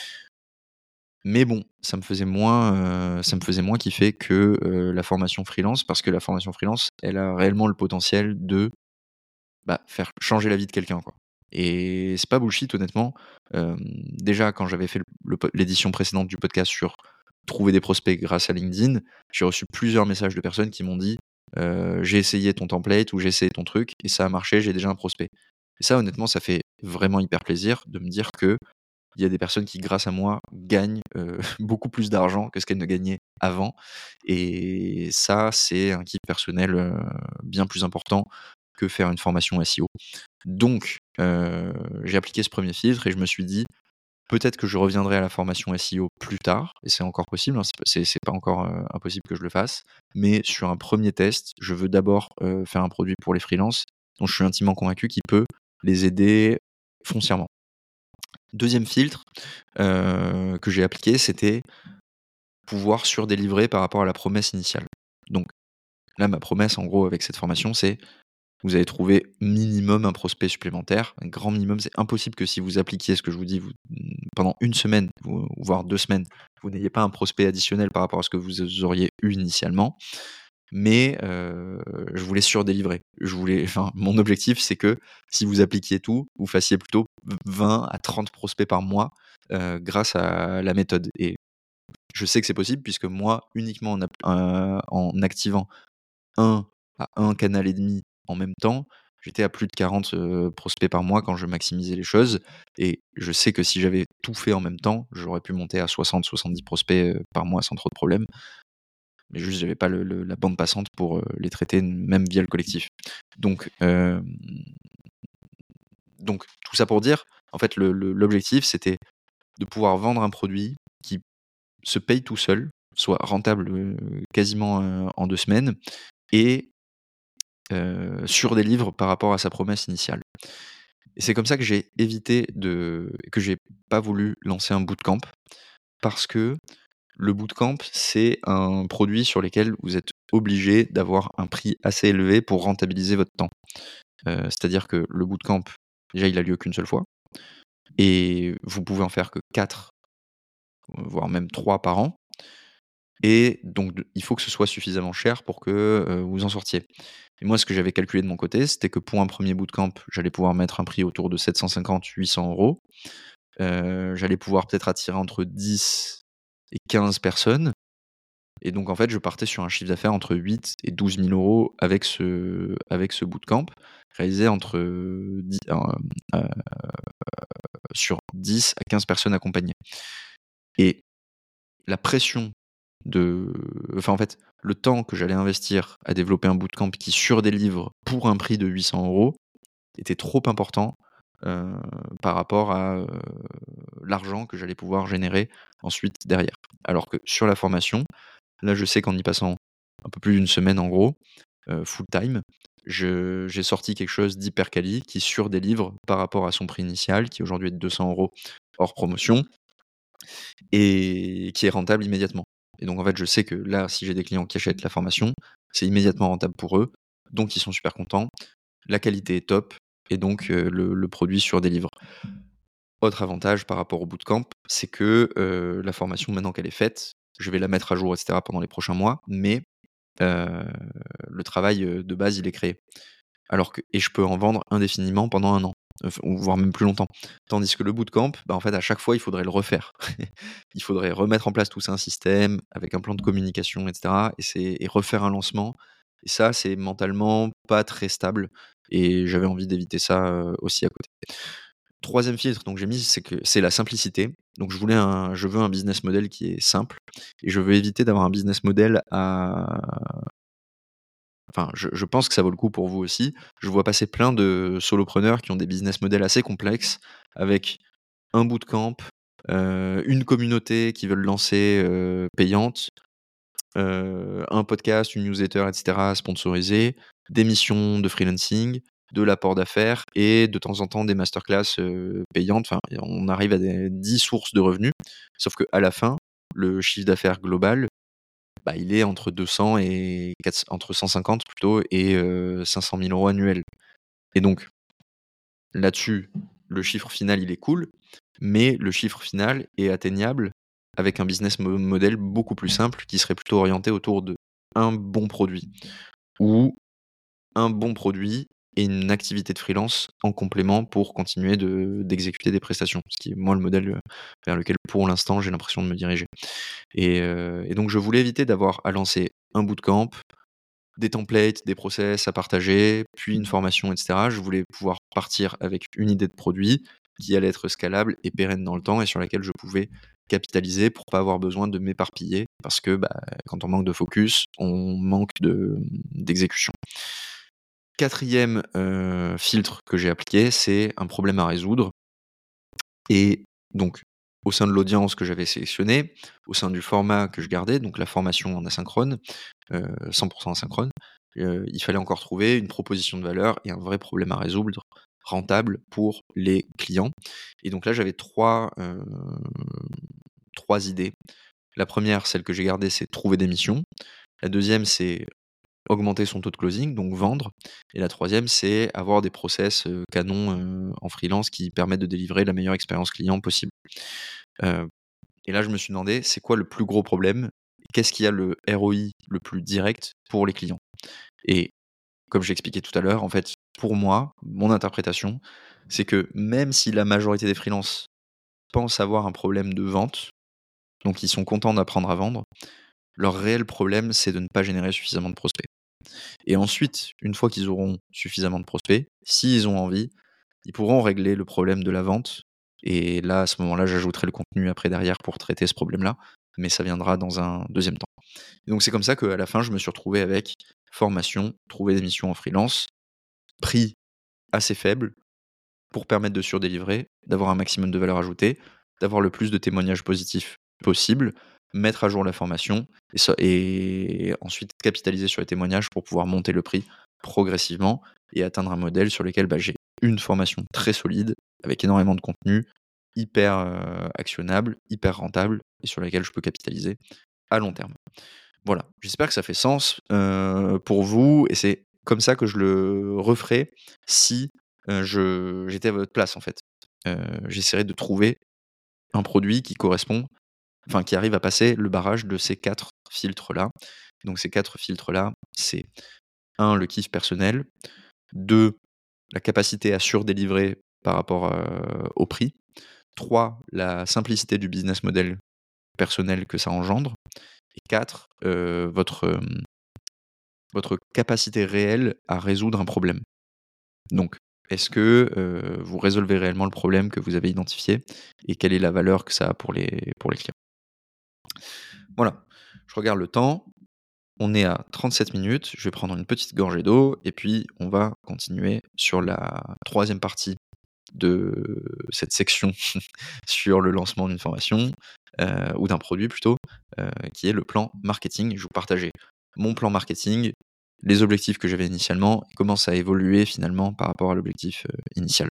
Mais bon, ça me faisait moins, heu, ça me faisait moins kiffer que, heu, la formation freelance, parce que la formation freelance, elle a réellement le potentiel de, bah, faire changer la vie de quelqu'un, quoi. Et c'est pas bullshit honnêtement. Hem, déjà quand j'avais fait le le pod l'édition précédente du podcast sur trouver des prospects grâce à LinkedIn, j'ai reçu plusieurs messages de personnes qui m'ont dit, heu: «J'ai essayé ton template» ou «J'ai essayé ton truc et ça a marché, j'ai déjà un prospect». Et ça honnêtement, ça fait vraiment hyper plaisir de me dire qu'il y a des personnes qui, grâce à moi, gagnent, heu, beaucoup plus d'argent que ce qu'elles ne gagnaient avant, et ça, c'est un kiff personnel, heu, bien plus important que faire une formation S E O. Donc, heu, j'ai appliqué ce premier filtre et je me suis dit: «Peut-être que je reviendrai à la formation S E O plus tard», et c'est encore possible, hein, c'est pas c'est c'est pas encore, heu, impossible que je le fasse. Mais sur un premier test, je veux d'abord, heu, faire un produit pour les freelances dont je suis intimement convaincu qu'il peut les aider foncièrement. Deuxième filtre, heu, que j'ai appliqué, c'était pouvoir surdélivrer par rapport à la promesse initiale. Donc là, ma promesse, en gros, avec cette formation, c'est: vous allez trouver minimum un prospect supplémentaire, un grand minimum. C'est impossible que si vous appliquiez ce que je vous dis, vous pendant une semaine, vo voire deux semaines, vous n'ayez pas un prospect additionnel par rapport à ce que vous auriez eu initialement. Mais heu, je voulais surdélivrer. Je voulais enfin, mon objectif, c'est que si vous appliquiez tout, vous fassiez plutôt v vingt à trente prospects par mois, heu, grâce à la méthode. Et je sais que c'est possible puisque moi, uniquement en app heu, en activant un à un canal et demi en même temps, j'étais à plus de quarante, heu, prospects par mois quand je maximisais les choses. Et je sais que si j'avais tout fait en même temps, j'aurais pu monter à soixante soixante-dix prospects, heu, par mois sans trop de problèmes. Mais juste, j'avais pas le le la bande passante pour, heu, les traiter même via le collectif. Donc, hem, donc tout ça pour dire, en fait, le le l'objectif, c'était de pouvoir vendre un produit qui se paye tout seul, soit rentable, heu, quasiment, heu, en deux semaines et heu, surdélivre par rapport à sa promesse initiale. Et c'est comme ça que j'ai évité de que j'ai pas voulu lancer un bootcamp parce que le bootcamp, c'est un produit sur lequel vous êtes obligé d'avoir un prix assez élevé pour rentabiliser votre temps. Heu, c'est-à-dire que le bootcamp, déjà, il a lieu qu'une seule fois et vous pouvez en faire que quatre, voire même trois par an. Et donc de il faut que ce soit suffisamment cher pour que, heu, vous en sortiez. Et moi, ce que j'avais calculé de mon côté, c'était que pour un premier bootcamp, j'allais pouvoir mettre un prix autour de sept cent cinquante à huit cents euros. Heu, j'allais pouvoir peut-être attirer entre dix et quinze personnes. Et donc en fait, je partais sur un chiffre d'affaires entre huit et douze mille euros avec ce avec ce bootcamp, réalisé entre, heu, dix hem, heu, sur dix à quinze personnes accompagnées. Et la pression de enfin, en fait, le temps que j'allais investir à développer un bootcamp qui surdélivre pour un prix de huit cents euros était trop important, heu, par rapport à, heu, l'argent que j'allais pouvoir générer ensuite derrière. Alors que sur la formation, là, je sais qu'en y passant un peu plus d'une semaine en gros, heu, full time, je j'ai sorti quelque chose d'hyper quali qui surdélivre par rapport à son prix initial qui aujourd'hui est de deux cents euros hors promotion et qui est rentable immédiatement. Et donc en fait, je sais que là, si j'ai des clients qui achètent la formation, c'est immédiatement rentable pour eux, donc ils sont super contents, la qualité est top et donc heu, le le produit surdélivre. Autre avantage par rapport au bootcamp, c'est que, heu, la formation maintenant qu'elle est faite, je vais la mettre à jour et cetera pendant les prochains mois, mais heu, le travail, heu, de base, il est créé. Alors que et je peux en vendre indéfiniment pendant un an, enfin, ou voire même plus longtemps. Tandis que le bootcamp, bah, en fait, à chaque fois, il faudrait le refaire. Il faudrait remettre en place tout ça, un système avec un plan de communication et cetera et c'est et refaire un lancement et ça, c'est mentalement pas très stable et j'avais envie d'éviter ça, heu, aussi à côté. Troisième filtre donc j'ai mis, c'est que c'est la simplicité. Donc je voulais un je veux un business model qui est simple et je veux éviter d'avoir un business model à enfin, je je pense que ça vaut le coup pour vous aussi. Je vois passer plein de solopreneurs qui ont des business models assez complexes avec un bootcamp, heu, une communauté qu'ils veulent lancer, heu, payante, heu, un podcast, une newsletter et cetera sponsorisée, des missions de freelancing, de l'apport d'affaires et de temps en temps des masterclass, heu, payantes. Enfin, et on arrive à des dix sources de revenus. Sauf qu'à la fin, le chiffre d'affaires global, bah, il est entre deux cents et quatre entre cent cinquante plutôt et heu, cinq cent mille euros annuels. Et donc là-dessus, le chiffre final, il est cool, mais le chiffre final est atteignable avec un business mo model beaucoup plus simple qui serait plutôt orienté autour de un bon produit ou un bon produit et une activité de freelance en complément pour continuer de d'exécuter des prestations. Ce qui est moi le modèle, heu, vers lequel pour l'instant j'ai l'impression de me diriger. Et heu et donc je voulais éviter d'avoir à lancer un bootcamp, des templates, des process à partager, puis une formation et cetera. Je voulais pouvoir partir avec une idée de produit qui allait être scalable et pérenne dans le temps et sur laquelle je pouvais capitaliser pour pas avoir besoin de m'éparpiller parce que, bah, quand on manque de focus, on manque de, mmh, d'exécution. Quatrième e filtre que j'ai appliqué, c'est un problème à résoudre et donc au sein de l'audience que j'avais sélectionnée, au sein du format que je gardais, donc la formation en asynchrone, heu, cent asynchrone, Heu, il fallait encore trouver une proposition de valeur et un vrai problème à résoudre, rentable pour les clients. Et donc là, j'avais trois, hem, trois idées. La première, celle que j'ai gardée, c'est trouver des missions. La deuxième, c'est augmenter son taux de closing, donc vendre. Et la troisième, c'est avoir des process, heu, canons, heu, en freelance qui permettent de délivrer la meilleure expérience client possible. Heu et là, je me suis demandé: «C'est quoi le plus gros problème? Qu'est-ce qui a le R O I le plus direct pour les clients?» Et comme j'expliquais tout à l'heure, en fait, pour moi, mon interprétation, c'est que même si la majorité des freelances pensent avoir un problème de vente, donc ils sont contents d'apprendre à vendre, leur réel problème, c'est de ne pas générer suffisamment de prospects. Et ensuite, une fois qu'ils auront suffisamment de prospects, s'ils ont envie, ils pourront régler le problème de la vente. Et là, à ce moment-là, j'ajouterai le contenu après derrière pour traiter ce problème-là, mais ça viendra dans un deuxième temps. Et donc c'est comme ça qu'à la fin, je me suis retrouvé avec formation, trouver des missions en freelance, prix assez faible pour permettre de surdélivrer, d'avoir un maximum de valeur ajoutée, d'avoir le plus de témoignages positifs possible, mettre à jour la formation et ça et ensuite capitaliser sur les témoignages pour pouvoir monter le prix progressivement et atteindre un modèle sur lequel, bah, j'ai une formation très solide avec énormément de contenu, hyper, heu, actionnable, hyper rentable et sur laquelle je peux capitaliser à long terme. Voilà, j'espère que ça fait sens, heu, pour vous et c'est comme ça que je le referais si, heu, je j'étais à votre place, en fait. Heu, j'essaierais de trouver un produit qui correspond enfin qui arrive à passer le barrage de ces quatre filtres-là. Donc ces quatre filtres-là, c'est un le kiff personnel, deux la capacité à surdélivrer par rapport, heu, au prix, trois la simplicité du business model personnel que ça engendre et quatre heu, votre, hem votre capacité réelle à résoudre un problème. Donc, est-ce que, heu, vous résolvez réellement le problème que vous avez identifié et quelle est la valeur que ça a pour les pour les clients? Voilà, je regarde le temps, on est à trente-sept minutes, je vais prendre une petite gorgée d'eau et puis on va continuer sur la troisième partie de cette section sur le lancement d'une formation, heu, ou d'un produit plutôt, heu, qui est le plan marketing. Je vais vous partager mon plan marketing, les objectifs que j'avais initialement et comment ça a évolué finalement par rapport à l'objectif, heu, initial.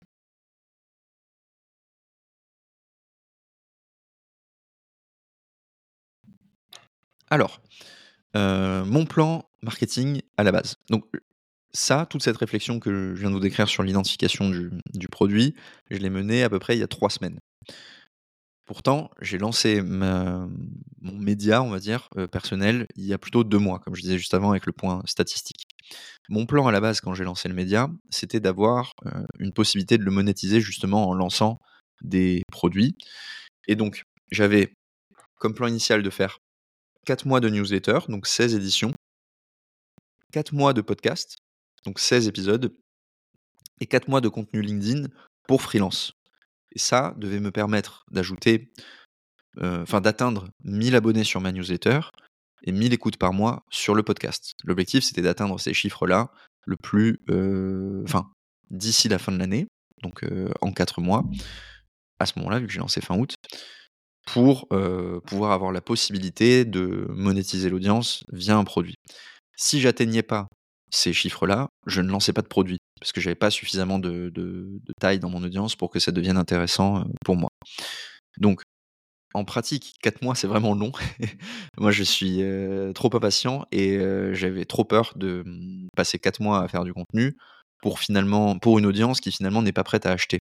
Alors, heu, mon plan marketing à la base. Donc ça, toute cette réflexion que je viens de vous décrire sur l'identification du du produit, je l'ai menée à peu près il y a trois semaines. Pourtant, j'ai lancé ma mon média, on va dire, heu, personnel, il y a plutôt deux mois, comme je disais juste avant avec le point statistique. Mon plan à la base quand j'ai lancé le média, c'était d'avoir, heu, une possibilité de le monétiser justement en lançant des produits et donc j'avais comme plan initial de faire quatre mois de newsletter, donc seize éditions, quatre mois de podcast, donc seize épisodes et quatre mois de contenu LinkedIn pour freelance et ça devait me permettre d'ajouter heu, enfin d'atteindre mille abonnés sur ma newsletter et mille écoutes par mois sur le podcast. L'objectif, c'était d'atteindre ces chiffres-là le plus, heu, enfin, d'ici la fin de l'année, donc heu, en quatre mois, à ce moment-là, vu que j'ai lancé fin août, pour, heu, pouvoir avoir la possibilité de monétiser l'audience via un produit. Si j'atteignais pas ces chiffres-là, je ne lançais pas de produit, parce que j'avais pas suffisamment de de de taille dans mon audience pour que ça devienne intéressant, heu, pour moi. Donc en pratique, quatre mois, c'est vraiment long. Moi, je suis, heu, trop impatient et heu, j'avais trop peur de, mmh, passer quatre mois à faire du contenu pour finalement pour une audience qui finalement n'est pas prête à acheter.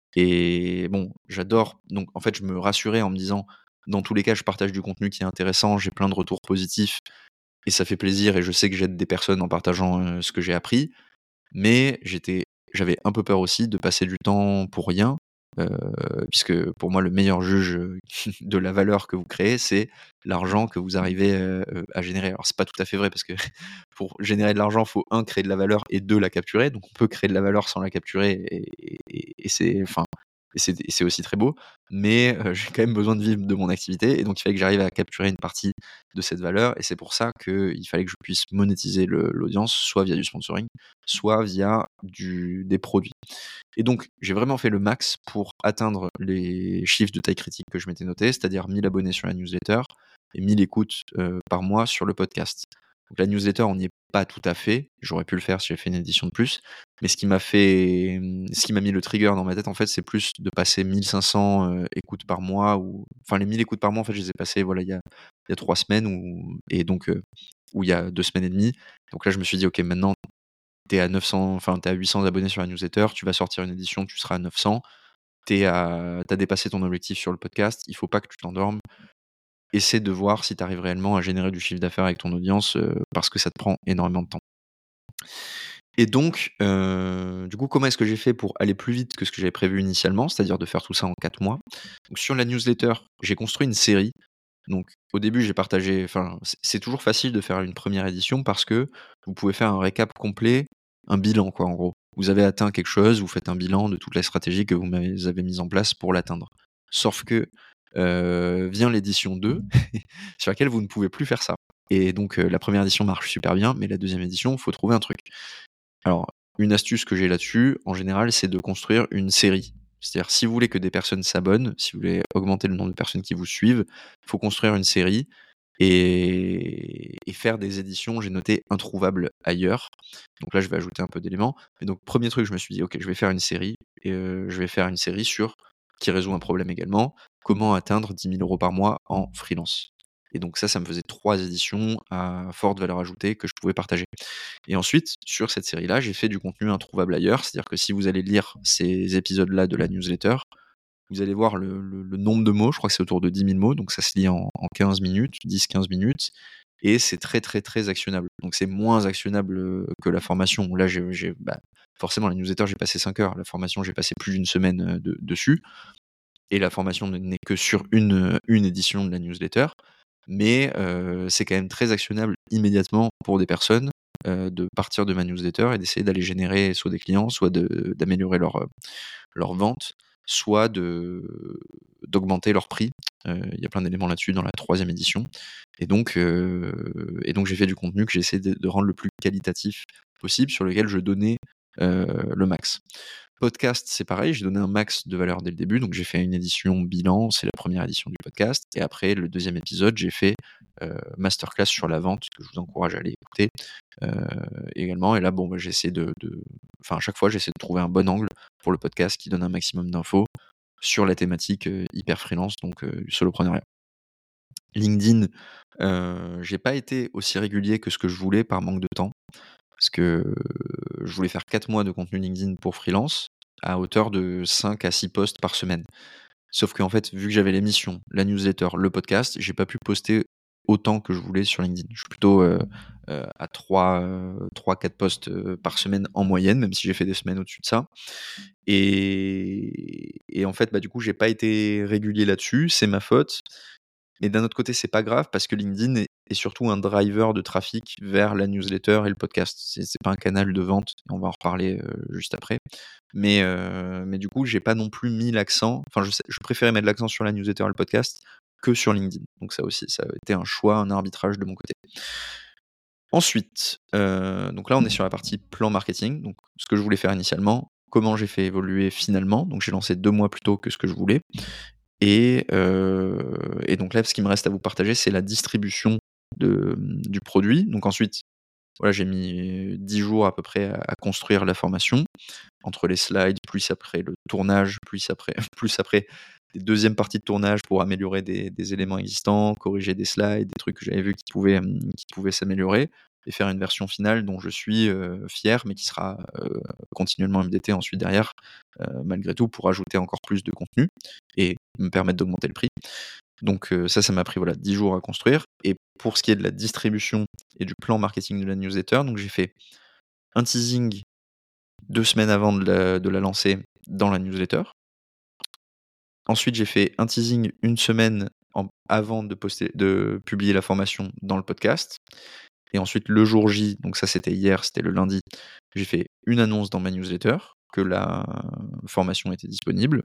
Et bon, j'adore donc en fait, je me rassurais en me disant: «Dans tous les cas, je partage du contenu qui est intéressant, j'ai plein de retours positifs et ça fait plaisir et je sais que j'aide des personnes en partageant, heu, ce que j'ai appris». Mais j'étais j'avais un peu peur aussi de passer du temps pour rien, heu, puisque pour moi le meilleur juge, heu, de la valeur que vous créez, c'est l'argent que vous arrivez, heu heu, à générer. Alors c'est pas tout à fait vrai parce que pour générer de l'argent, faut un créer de la valeur et deux la capturer. Donc on peut créer de la valeur sans la capturer et et et c'est enfin et c'est et c'est aussi très beau. Mais heu, j'ai quand même besoin de vivre de mon activité et donc il fallait que j'arrive à capturer une partie de cette valeur et c'est pour ça qu'il fallait que je puisse monétiser le l'audience, soit via du sponsoring, soit via du des produits. Et donc j'ai vraiment fait le max pour atteindre les chiffres de taille critique que je m'étais noté, c'est-à-dire mille abonnés sur la newsletter et mille écoutes, heu, par mois sur le podcast. Donc la newsletter, on y est pas tout à fait. J'aurais pu le faire si j'avais fait une édition de plus. Mais ce qui m'a fait, mmh, ce qui m'a mis le trigger dans ma tête, en fait, c'est plus de passer mille cinq cents, heu, écoutes par mois ou enfin les mille écoutes par mois, en fait, je les ai passées, voilà, il y a il y a trois semaines ou et donc heu, ou il y a deux semaines et demie. Donc là, je me suis dit: «OK, maintenant, tu es à neuf cents, enfin, tu es à huit cents abonnés sur la newsletter, tu vas sortir une édition, tu seras à neuf cents. Tu à tu dépassé ton objectif sur le podcast, il faut pas que tu t'endormes. Essaie de voir si tu arrives réellement à générer du chiffre d'affaires avec ton audience, heu, parce que ça te prend énormément de temps». Et donc, heu, du coup, comment est-ce que j'ai fait pour aller plus vite que ce que j'avais prévu initialement? C'est-à-dire de faire tout ça en quatre mois. Donc sur la newsletter, j'ai construit une série. Donc au début, j'ai partagé enfin, c'est c'est toujours facile de faire une première édition parce que vous pouvez faire un récap complet, un bilan quoi, en gros. Vous avez atteint quelque chose, vous faites un bilan de toute la stratégie que vous m'avez avez mise en place pour l'atteindre. Sauf que, heu, vient l'édition deux sur laquelle vous ne pouvez plus faire ça. Et donc, heu, la première édition marche super bien, mais la deuxième édition, faut trouver un truc. Alors, une astuce que j'ai là-dessus, en général, c'est de construire une série. C'est-à-dire, si vous voulez que des personnes s'abonnent, si vous voulez augmenter le nombre de personnes qui vous suivent, il faut construire une série et, et faire des éditions, j'ai noté, introuvables ailleurs. Donc là, je vais ajouter un peu d'éléments. Et donc, premier truc, je me suis dit, ok, je vais faire une série. Et euh, je vais faire une série sur, qui résout un problème également, comment atteindre dix mille euros par mois en freelance. Et donc ça, ça me faisait trois éditions à forte valeur ajoutée que je pouvais partager. Et ensuite, sur cette série-là, j'ai fait du contenu introuvable ailleurs. C'est-à-dire que si vous allez lire ces épisodes-là de la newsletter, vous allez voir le, le- le nombre de mots. Je crois que c'est autour de dix mille mots. Donc ça se lit en, en quinze minutes, dix quinze minutes. Et c'est très, très, très actionnable. Donc c'est moins actionnable euh, que la formation. Là, j'ai, j'ai- bah, forcément, la newsletter, j'ai passé cinq heures. La formation, j'ai passé plus d'une semaine euh, de- dessus. Et la formation n'est que sur une, une édition de la newsletter. Mais heu, c'est quand même très actionnable immédiatement pour des personnes, heu, de partir de ma newsletter et d'essayer d'aller générer soit des clients, soit de d'améliorer leur, heu, leur vente, soit de d'augmenter leur prix. Heu, il y a plein d'éléments là-dessus dans la troisième édition et donc heu et donc j'ai fait du contenu que j'ai essayé de de rendre le plus qualitatif possible, sur lequel je donnais, heu, le max. Podcast, c'est pareil, j'ai donné un max de valeur dès le début, donc j'ai fait une édition bilan, c'est la première édition du podcast et après le deuxième épisode, j'ai fait, heu, masterclass sur la vente que je vous encourage à aller écouter, heu, également et là, bon, bah, j'ai essayé de de enfin, à chaque fois, j'essaie de trouver un bon angle pour le podcast qui donne un maximum d'infos sur la thématique, heu, hyper freelance, donc heu, du soloprenariat. LinkedIn, heu, j'ai pas été aussi régulier que ce que je voulais par manque de temps. Parce que, heu, je voulais faire quatre mois de contenu LinkedIn pour freelance, à hauteur de cinq à six posts par semaine. Sauf qu'en fait, vu que j'avais l'émission, la newsletter, le podcast, j'ai pas pu poster autant que je voulais sur LinkedIn. Je suis plutôt, heu heu, à trois, heu, trois quatre posts, heu, par semaine en moyenne, même si j'ai fait des semaines au-dessus de ça. Et et en fait, bah, du coup, j'ai pas été régulier là-dessus, c'est ma faute. Mais d'un autre côté, c'est pas grave parce que LinkedIn est est surtout un driver de trafic vers la newsletter et le podcast. C'est c'est pas un canal de vente, et on va en reparler, heu, juste après. Mais, heu, mais du coup, j'ai pas non plus mis l'accent enfin, je sais je préférais mettre l'accent sur la newsletter et le podcast que sur LinkedIn. Donc ça aussi, ça a été un choix, un arbitrage de mon côté. Ensuite, heu, donc là, on est sur la partie plan marketing, donc ce que je voulais faire initialement, comment j'ai fait évoluer finalement. Donc j'ai lancé deux mois plus tôt que ce que je voulais. Et heu et donc là, ce qui me reste à vous partager, c'est la distribution de, mmh, du produit. Donc ensuite, voilà, j'ai mis dix jours à peu près à à construire la formation, entre les slides, plus après le tournage, plus après plus après les deuxièmes parties de tournage pour améliorer des des éléments existants, corriger des slides, des trucs que j'avais vus qui pouvaient, hem, qui pouvaient s'améliorer et faire une version finale dont je suis, heu, fier, mais qui sera, heu, continuellement M D T ensuite derrière, heu, malgré tout pour ajouter encore plus de contenu et me permettre d'augmenter le prix. Donc heu, ça, ça m'a pris, voilà, dix jours à construire et pour ce qui est de la distribution et du plan marketing de la newsletter, donc j'ai fait un teasing deux semaines avant de la de la lancer dans la newsletter. Ensuite, j'ai fait un teasing une semaine en avant de poster de publier la formation dans le podcast et ensuite le jour J, donc ça c'était hier, c'était le lundi, j'ai fait une annonce dans ma newsletter que la formation était disponible.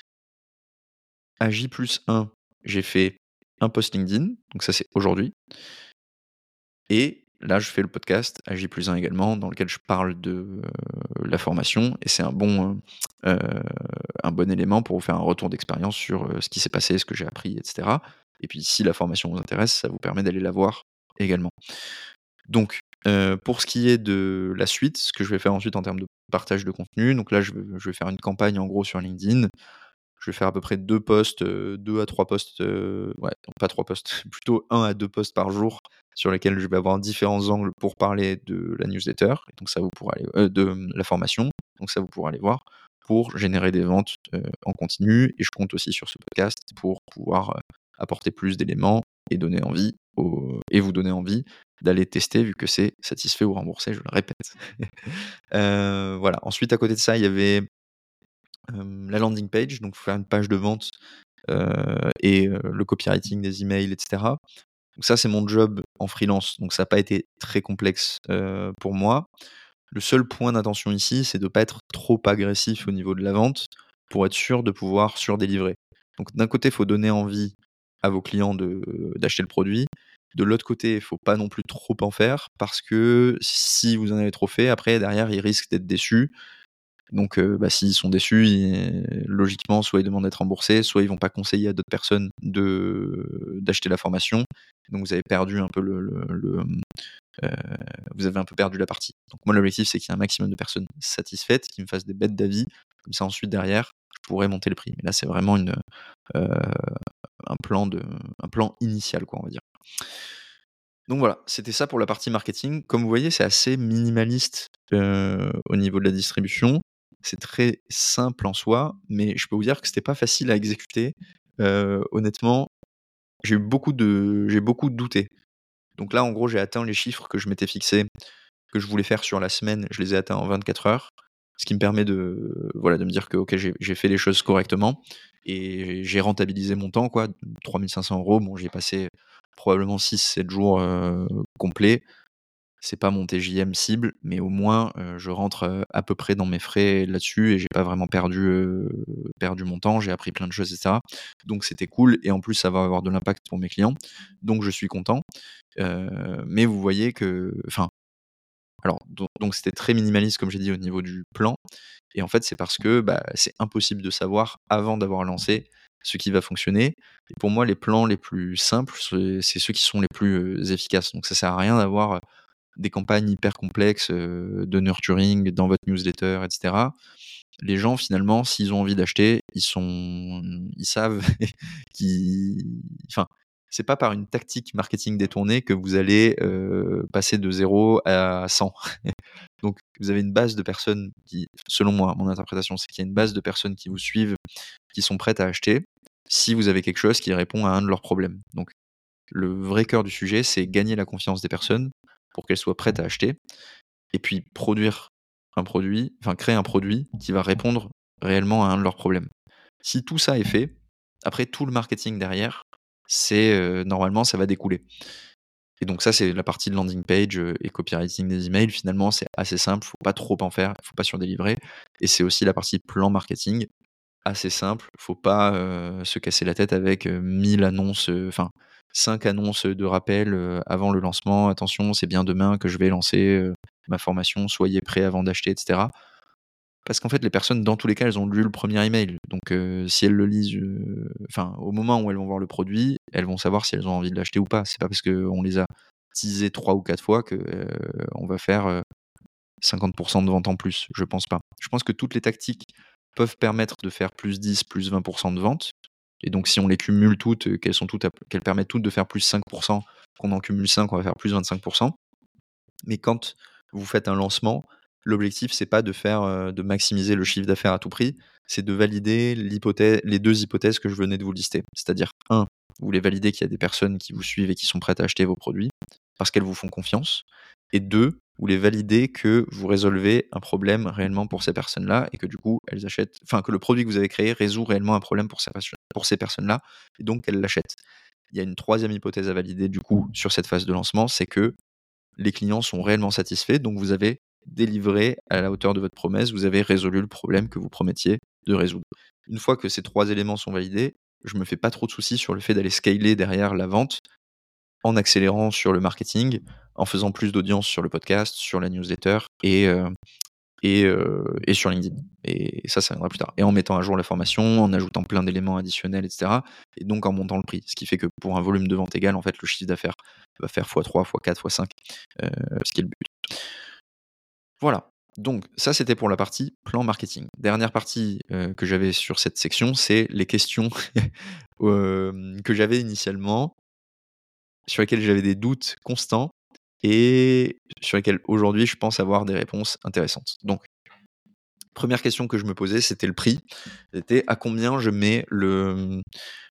À J plus un, j'ai fait un post LinkedIn, donc ça c'est aujourd'hui. Et là, je fais le podcast à J plus un également, dans lequel je parle de, heu, la formation et c'est un bon, heu heu, un bon élément pour vous faire un retour d'expérience sur, heu, ce qui s'est passé, ce que j'ai appris et cetera. Et puis si la formation vous intéresse, ça vous permet d'aller la voir également. Donc Heu, pour ce qui est de la suite, ce que je vais faire ensuite en termes de partage de contenu, donc là je vais je vais faire une campagne en gros sur LinkedIn. Je vais faire à peu près deux posts, heu, deux à trois posts, heu, ouais, non pas trois posts, plutôt un à deux posts par jour sur lesquels je vais avoir différents angles pour parler de la newsletter et donc ça vous pourrez aller heu, de, mmh, la formation, donc ça vous pourrez aller voir, pour générer des ventes, heu, en continu et je compte aussi sur ce podcast pour pouvoir, heu, apporter plus d'éléments et donner envie aux et vous donner envie d'aller tester vu que c'est satisfait ou remboursé, je le répète. Heu, voilà. Ensuite, à côté de ça, il y avait, hem, la landing page, donc faut faire une page de vente, heu et heu, le copywriting des emails et cetera. Donc ça, c'est mon job en freelance, donc ça a pas été très complexe, heu, pour moi. Le seul point d'attention ici, c'est de pas être trop agressif au niveau de la vente, pour être sûr de pouvoir surdélivrer. Donc d'un côté, il faut donner envie à vos clients de d'acheter le produit. De l'autre côté, il faut pas non plus trop en faire parce que si vous en avez trop fait, après derrière, ils risquent d'être déçus. Donc heu, bah, s'ils sont déçus, ils logiquement, soit ils demandent d'être remboursés, soit ils vont pas conseiller à d'autres personnes de d'acheter la formation. Donc vous avez perdu un peu le le le, mmh, heu, vous avez un peu perdu la partie. Donc moi, l'objectif, c'est qu'il y ait un maximum de personnes satisfaites, qui me fassent des bêtes d'avis. Comme ça, ensuite, derrière, je pourrais monter le prix. Mais là, c'est vraiment une, heu, un plan de un plan initial, quoi, on va dire. Donc voilà, c'était ça pour la partie marketing. Comme vous voyez, c'est assez minimaliste, heu, au niveau de la distribution. C'est très simple en soi, mais je peux vous dire que c'était pas facile à exécuter. Heu, honnêtement, j'ai eu beaucoup de j'ai beaucoup douté. Donc là, en gros, j'ai atteint les chiffres que je m'étais fixés, que je voulais faire sur la semaine, je les ai atteints en vingt-quatre heures. Ce qui me permet de, voilà, de me dire que OK, j'ai j'ai fait les choses correctement et j'ai rentabilisé mon temps, quoi. trois mille cinq cents euros. Bon, j'y ai passé probablement six sept jours, heu, complets. C'est pas mon T J M cible, mais au moins, heu, je rentre, heu, à peu près dans mes frais là-dessus et j'ai pas vraiment perdu, heu, perdu mon temps. J'ai appris plein de choses et cetera. Donc c'était cool et en plus ça va avoir de l'impact pour mes clients. Donc je suis content. Heu, mais vous voyez que enfin, alors donc donc c'était très minimaliste comme j'ai dit au niveau du plan et en fait c'est parce que, bah, c'est impossible de savoir avant d'avoir lancé ce qui va fonctionner et pour moi les plans les plus simples, c'est c'est ceux qui sont les plus, heu, efficaces. Donc ça sert à rien d'avoir, des campagnes hyper complexes, heu, de nurturing dans votre newsletter et cetera. Les gens finalement, s'ils ont envie d'acheter, ils sont ils savent qu'ils enfin, c'est pas par une tactique marketing détournée que vous allez, heu, passer de zéro à cent. Donc vous avez une base de personnes qui selon moi, mon interprétation, c'est qu'il y a une base de personnes qui vous suivent, qui sont prêtes à acheter, si vous avez quelque chose qui répond à un de leurs problèmes. Donc le vrai cœur du sujet, c'est gagner la confiance des personnes pour qu'elles soient prêtes à acheter et puis produire un produit, enfin créer un produit qui va répondre réellement à un de leurs problèmes. Si tout ça est fait, après tout le marketing derrière, c'est, heu, normalement ça va découler et donc ça, c'est la partie de landing page, heu et copywriting des emails. Finalement, c'est assez simple, faut pas trop en faire, faut pas surdélivrer et c'est aussi la partie plan marketing. Assez simple, faut pas, heu, se casser la tête avec, heu, mille annonces, heu, enfin cinq annonces, de rappel, heu, avant le lancement. «Attention, c'est bien demain que je vais lancer, heu, ma formation, soyez prêts avant d'acheter» et cetera. Parce qu'en fait, les personnes, dans tous les cas, elles ont lu le premier email. Donc, heu, si elles le lisent, heu, enfin, au moment où elles vont voir le produit, elles vont savoir si elles ont envie de l'acheter ou pas. C'est pas parce qu'on les a teasées trois ou quatre fois que, heu, on va faire, heu, cinquante de ventes en plus. Je pense pas. Je pense que toutes les tactiques peuvent permettre de faire plus dix, plus vingt de ventes et donc si on les cumule toutes, heu, qu'elles sont toutes à qu'elles permettent toutes de faire plus cinq, qu'on en cumule cinq, on va faire plus vingt-cinq. Mais quand vous faites un lancement, l'objectif c'est pas de faire, heu, de maximiser le chiffre d'affaires à tout prix, c'est de valider l'hypothèse les deux hypothèses que je venais de vous lister. C'est-à-dire un, vous voulez valider qu'il y a des personnes qui vous suivent et qui sont prêtes à acheter vos produits parce qu'elles vous font confiance et deux, vous voulez valider que vous résolvez un problème réellement pour ces personnes-là et que du coup elles achètent enfin que le produit que vous avez créé résout réellement un problème pour ces perso pour ces personnes-là et donc elles l'achètent. Il y a une troisième hypothèse à valider du coup sur cette phase de lancement, c'est que les clients sont réellement satisfaits, donc vous avez délivré à la hauteur de votre promesse, vous avez résolu le problème que vous promettiez de résoudre. Une fois que ces trois éléments sont validés, je me fais pas trop de soucis sur le fait d'aller scaler derrière la vente en accélérant sur le marketing, en faisant plus d'audience sur le podcast, sur la newsletter et heu et, euh, et sur LinkedIn. Et ça, ça viendra plus tard. Et en mettant à jour la formation, en ajoutant plein d'éléments additionnels, et cetera. Et donc en montant le prix. Ce qui fait que pour un volume de vente égal, en fait, le chiffre d'affaires va faire fois trois, fois quatre, fois cinq, euh, ce qui est le but. Voilà. Donc ça, c'était pour la partie plan marketing. Dernière partie euh, que j'avais sur cette section, c'est les questions euh, que j'avais initialement, sur lesquelles j'avais des doutes constants et sur lesquelles aujourd'hui je pense avoir des réponses intéressantes. Donc, première question que je me posais, c'était le prix. C'était à combien je mets le,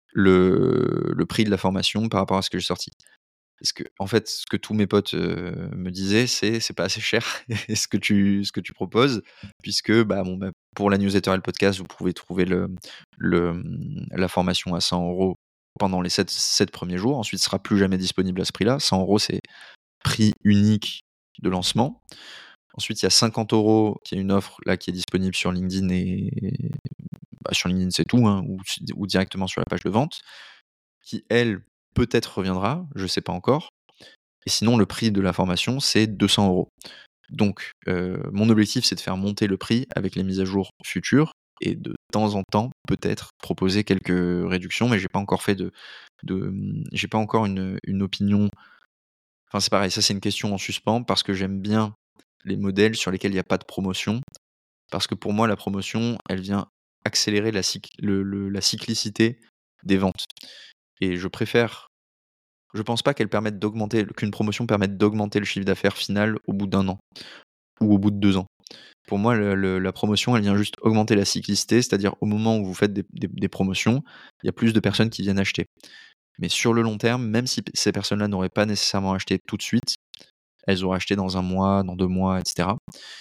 le, le prix de la formation par rapport à ce que j'ai sorti. Parce que, en fait, ce que tous mes potes euh, me disaient, c'est c'est pas assez cher ce que tu ce que tu proposes, puisque bah, bon, bah, pour la newsletter et le podcast, vous pouvez trouver le, le la formation à cent euros pendant les sept sept premiers jours. Ensuite, ce sera plus jamais disponible à ce prix-là. cent euros, c'est prix unique de lancement. Ensuite, il y a cinquante euros qui est une offre là qui est disponible sur LinkedIn et bah, sur LinkedIn c'est tout, hein, ou, ou directement sur la page de vente, qui elle peut-être reviendra, je sais pas encore. Et sinon, le prix de la formation, c'est deux cents euros. Donc, euh, mon objectif, c'est de faire monter le prix avec les mises à jour futures et de temps en temps, peut-être proposer quelques réductions, mais j'ai pas encore fait de, de j'ai pas encore une, une opinion. Enfin, c'est pareil, ça c'est une question en suspens parce que j'aime bien les modèles sur lesquels il n'y a pas de promotion. Parce que pour moi, la promotion, elle vient accélérer la, cyc- le- le- la cyclicité des ventes. Et je préfère je pense pas qu'elle permette d'augmenter qu'une promotion permette d'augmenter le chiffre d'affaires final au bout d'un an ou au bout de deux ans. Pour moi, le le la promotion, elle vient juste augmenter la cyclicité, c'est-à-dire au moment où vous faites des des des promotions, il y a plus de personnes qui viennent acheter. Mais sur le long terme, même si p ces personnes-là n'auraient pas nécessairement acheté tout de suite, elles auraient acheté dans un mois, dans deux mois, et cetera.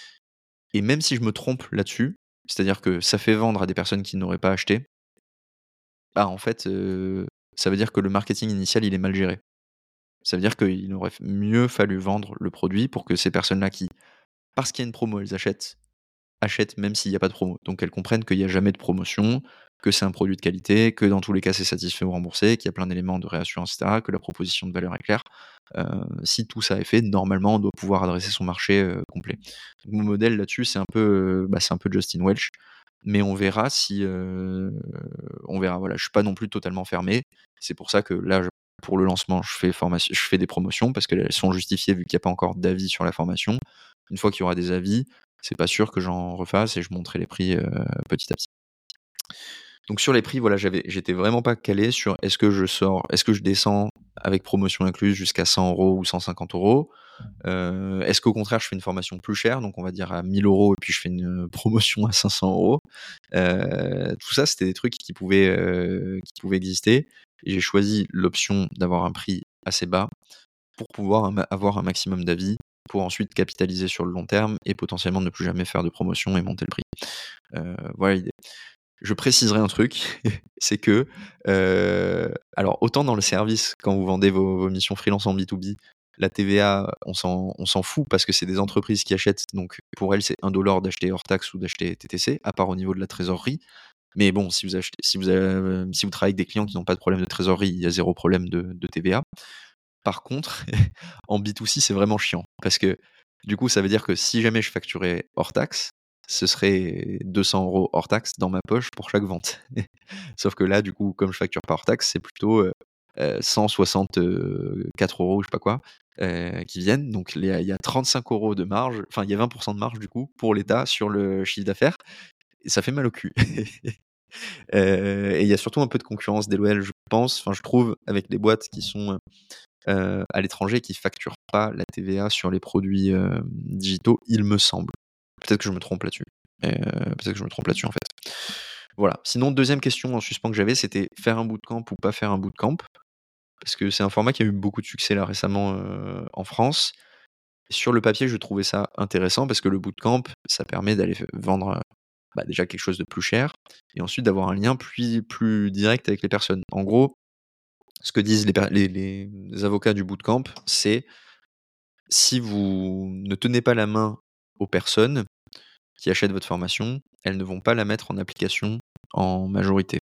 Et même si je me trompe là-dessus, c'est-à-dire que ça fait vendre à des personnes qui n'auraient pas acheté, bah, en fait, heu, ça veut dire que le marketing initial, il est mal géré. Ça veut dire qu'il aurait f mieux fallu vendre le produit pour que ces personnes-là qui, parce qu'il y a une promo, elles achètent, achètent même s'il y a pas de promo. Donc elles comprennent qu'il y a jamais de promotion, que c'est un produit de qualité, que dans tous les cas c'est satisfait ou remboursé, qu'il y a plein d'éléments de réassurance et cetera, que la proposition de valeur est claire. Heu, si tout ça est fait, normalement on doit pouvoir adresser son marché, heu, complet. Donc mon modèle là-dessus, c'est un peu, heu, bah, c'est un peu Justin Welch, mais on verra si, heu, on verra, voilà. Je suis pas non plus totalement fermé. C'est pour ça que là, je pour le lancement, je fais formation je fais des promotions parce qu'elles sont justifiées vu qu'il y a pas encore d'avis sur la formation. Une fois qu'il y aura des avis, c'est pas sûr que j'en refasse et je monterai les prix, heu, petit à petit. Donc sur les prix, voilà, j'avais j'étais vraiment pas calé sur est-ce que je sors est-ce que je descends avec promotion incluse jusqu'à cent euros ou cent cinquante euros. Heu, est-ce qu'au contraire je fais une formation plus chère, donc on va dire à mille euros et puis je fais une, heu, promotion à cinq cents euros. Heu, tout ça, c'était des trucs qui pouvaient, heu, qui pouvaient exister et j'ai choisi l'option d'avoir un prix assez bas pour pouvoir un ma avoir un maximum d'avis, pour ensuite capitaliser sur le long terme et potentiellement ne plus jamais faire de promotion et monter le prix. Heu, voilà l'idée. Je préciserai un truc, c'est que, heu, alors autant dans le service, quand vous vendez vos vos missions freelance en B deux B, la T V A, on s'en on s'en fout parce que c'est des entreprises qui achètent, donc pour elles, c'est un dollar d'acheter hors taxe ou d'acheter T T C, à part au niveau de la trésorerie. Mais bon, si vous achetez si vous, heu, si vous travaillez avec des clients qui n'ont pas de problème de trésorerie, il y a zéro problème de de T V A. Par contre, en B deux C, c'est vraiment chiant parce que, du coup, ça veut dire que si jamais je facturais hors taxe, ce serait deux cents euros hors taxe dans ma poche pour chaque vente. Sauf que là, du coup, comme je facture pas hors taxe, c'est plutôt, heu heu, cent soixante-quatre euros, je sais pas quoi, heu, qui viennent. Donc il y a il y a trente-cinq euros de marge, enfin, il y a vingt de marge, du coup, pour l'État sur le chiffre d'affaires et ça fait mal au cul. Heu et il y a surtout un peu de concurrence déloyale, je pense, enfin, je trouve, avec les boîtes qui sont, heu, à l'étranger qui facturent pas la T V A sur les produits, hem, digitaux, il me semble. Peut-être que je me trompe là-dessus. Heu, peut-être que je me trompe là-dessus, en fait. Voilà. Sinon, deuxième question en suspens que j'avais, c'était faire un bootcamp ou pas faire un bootcamp? Parce que c'est un format qui a eu beaucoup de succès là récemment, heu, en France. Sur le papier, je trouvais ça intéressant parce que le bootcamp, ça permet d'aller f vendre, heu, bah, déjà quelque chose de plus cher et ensuite d'avoir un lien plus plus direct avec les personnes. En gros, ce que disent les per les les avocats du bootcamp, c'est: si vous ne tenez pas la main aux personnes qui achètent votre formation, elles ne vont pas la mettre en application en majorité.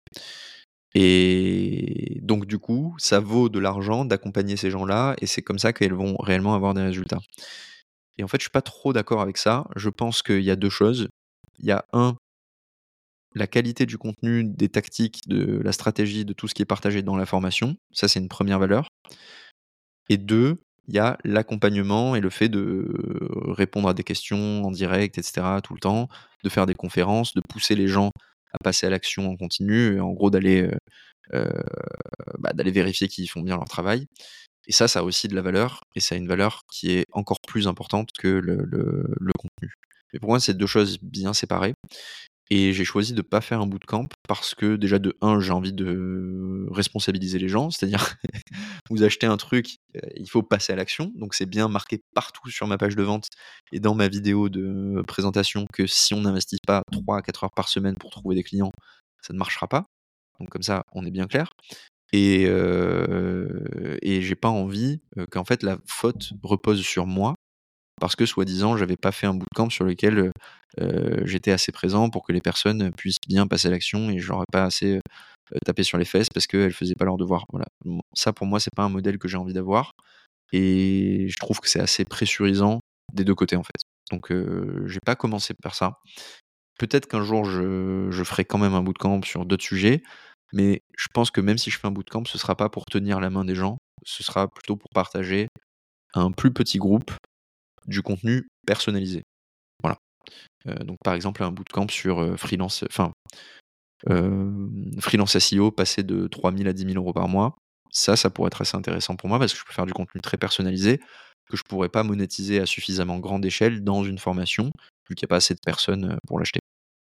Et donc du coup, ça vaut de l'argent d'accompagner ces gens-là et c'est comme ça qu'elles vont réellement avoir des résultats. Et en fait, je suis pas trop d'accord avec ça. Je pense qu'il y a deux choses. Il y a un, la qualité du contenu, des tactiques, de la stratégie, de tout ce qui est partagé dans la formation. Ça, c'est une première valeur. Et deux, il y a l'accompagnement et le fait de répondre à des questions en direct et cetera tout le temps, de faire des conférences, de pousser les gens à passer à l'action en continu et en gros d'aller, heu heu, bah, d'aller vérifier qu'ils font bien leur travail. Et ça, ça a aussi de la valeur et ça a une valeur qui est encore plus importante que le le le contenu. Mais pour moi, c'est deux choses bien séparées. Et j'ai choisi de pas faire un bootcamp parce que déjà de un, j'ai envie de responsabiliser les gens, c'est-à-dire vous achetez un truc, heu, il faut passer à l'action, donc c'est bien marqué partout sur ma page de vente et dans ma vidéo de présentation que si on n'investit pas trois à quatre heures par semaine pour trouver des clients, ça ne marchera pas. Donc comme ça, on est bien clair et heu et j'ai pas envie, heu, qu'en fait la faute repose sur moi parce que soi-disant j'avais pas fait un bootcamp sur lequel, heu heu, j'étais assez présent pour que les personnes puissent bien passer à l'action et je leur ai pas assez, heu tapé sur les fesses parce qu'elles faisaient pas leurs devoirs. Voilà. Bon, ça pour moi, c'est pas un modèle que j'ai envie d'avoir et je trouve que c'est assez pressurisant des deux côtés, en fait. Donc heu, j'ai pas commencé par ça. Peut-être qu'un jour je je ferai quand même un bootcamp sur d'autres sujets, mais je pense que même si je fais un bootcamp, ce sera pas pour tenir la main des gens, ce sera plutôt pour partager à un plus petit groupe du contenu personnalisé. Voilà. Heu, donc par exemple un bootcamp sur, heu, freelance, enfin, hem, freelance S E O, passer de trois mille à dix mille euros par mois. Ça, ça pourrait être assez intéressant pour moi parce que je peux faire du contenu très personnalisé que je pourrais pas monétiser à suffisamment grande échelle dans une formation, vu qu'il y a pas assez de personnes, heu, pour l'acheter.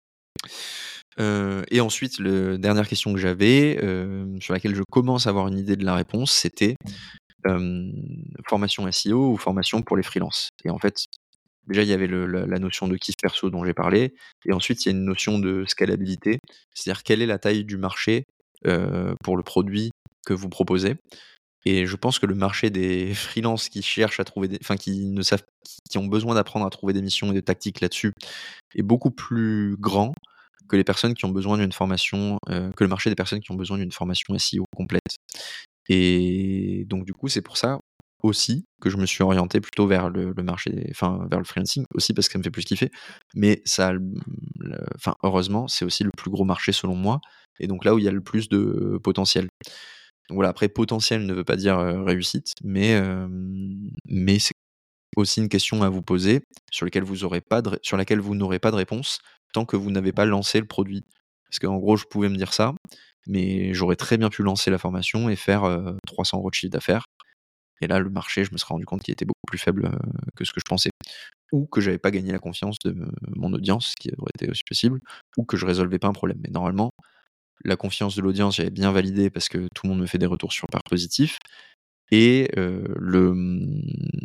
Heu et ensuite, le dernière question que j'avais, hem, sur laquelle je commence à avoir une idée de la réponse, c'était, hem, formation S E O ou formation pour les freelances? Et en fait, déjà, il y avait le la la notion de kiff perso dont j'ai parlé et ensuite il y a une notion de scalabilité. C'est-à-dire quelle est la taille du marché, heu, pour le produit que vous proposez? Et je pense que le marché des freelances qui cherchent à trouver des enfin qui ne savent qui qui ont besoin d'apprendre à trouver des missions et des tactiques là-dessus est beaucoup plus grand que les personnes qui ont besoin d'une formation, heu, que le marché des personnes qui ont besoin d'une formation S E O complète. Et donc du coup, c'est pour ça aussi que je me suis orienté plutôt vers le le marché des enfin, vers le freelancing, aussi parce que ça me fait plus kiffer. Mais ça a le le enfin, heureusement, c'est aussi le plus gros marché selon moi et donc là où il y a le plus de potentiel. Donc voilà, après potentiel ne veut pas dire, heu, réussite, mais hem, mais c'est aussi une question à vous poser sur lequel vous aurez pas de ré sur laquelle vous n'aurez pas de réponse tant que vous n'avez pas lancé le produit. Parce qu'en gros, je pouvais me dire ça, mais j'aurais très bien pu lancer la formation et faire, heu, trois cents euros de chiffre d'affaires et là, le marché, je me serais rendu compte qu'il était beaucoup plus faible, heu, que ce que je pensais. Ou que j'avais pas gagné la confiance de me mon audience, ce qui aurait été aussi possible, ou que je résolvais pas un problème. Mais normalement, la confiance de l'audience, j'avais bien validé parce que tout le monde me fait des retours super positifs et heu, le, mmh,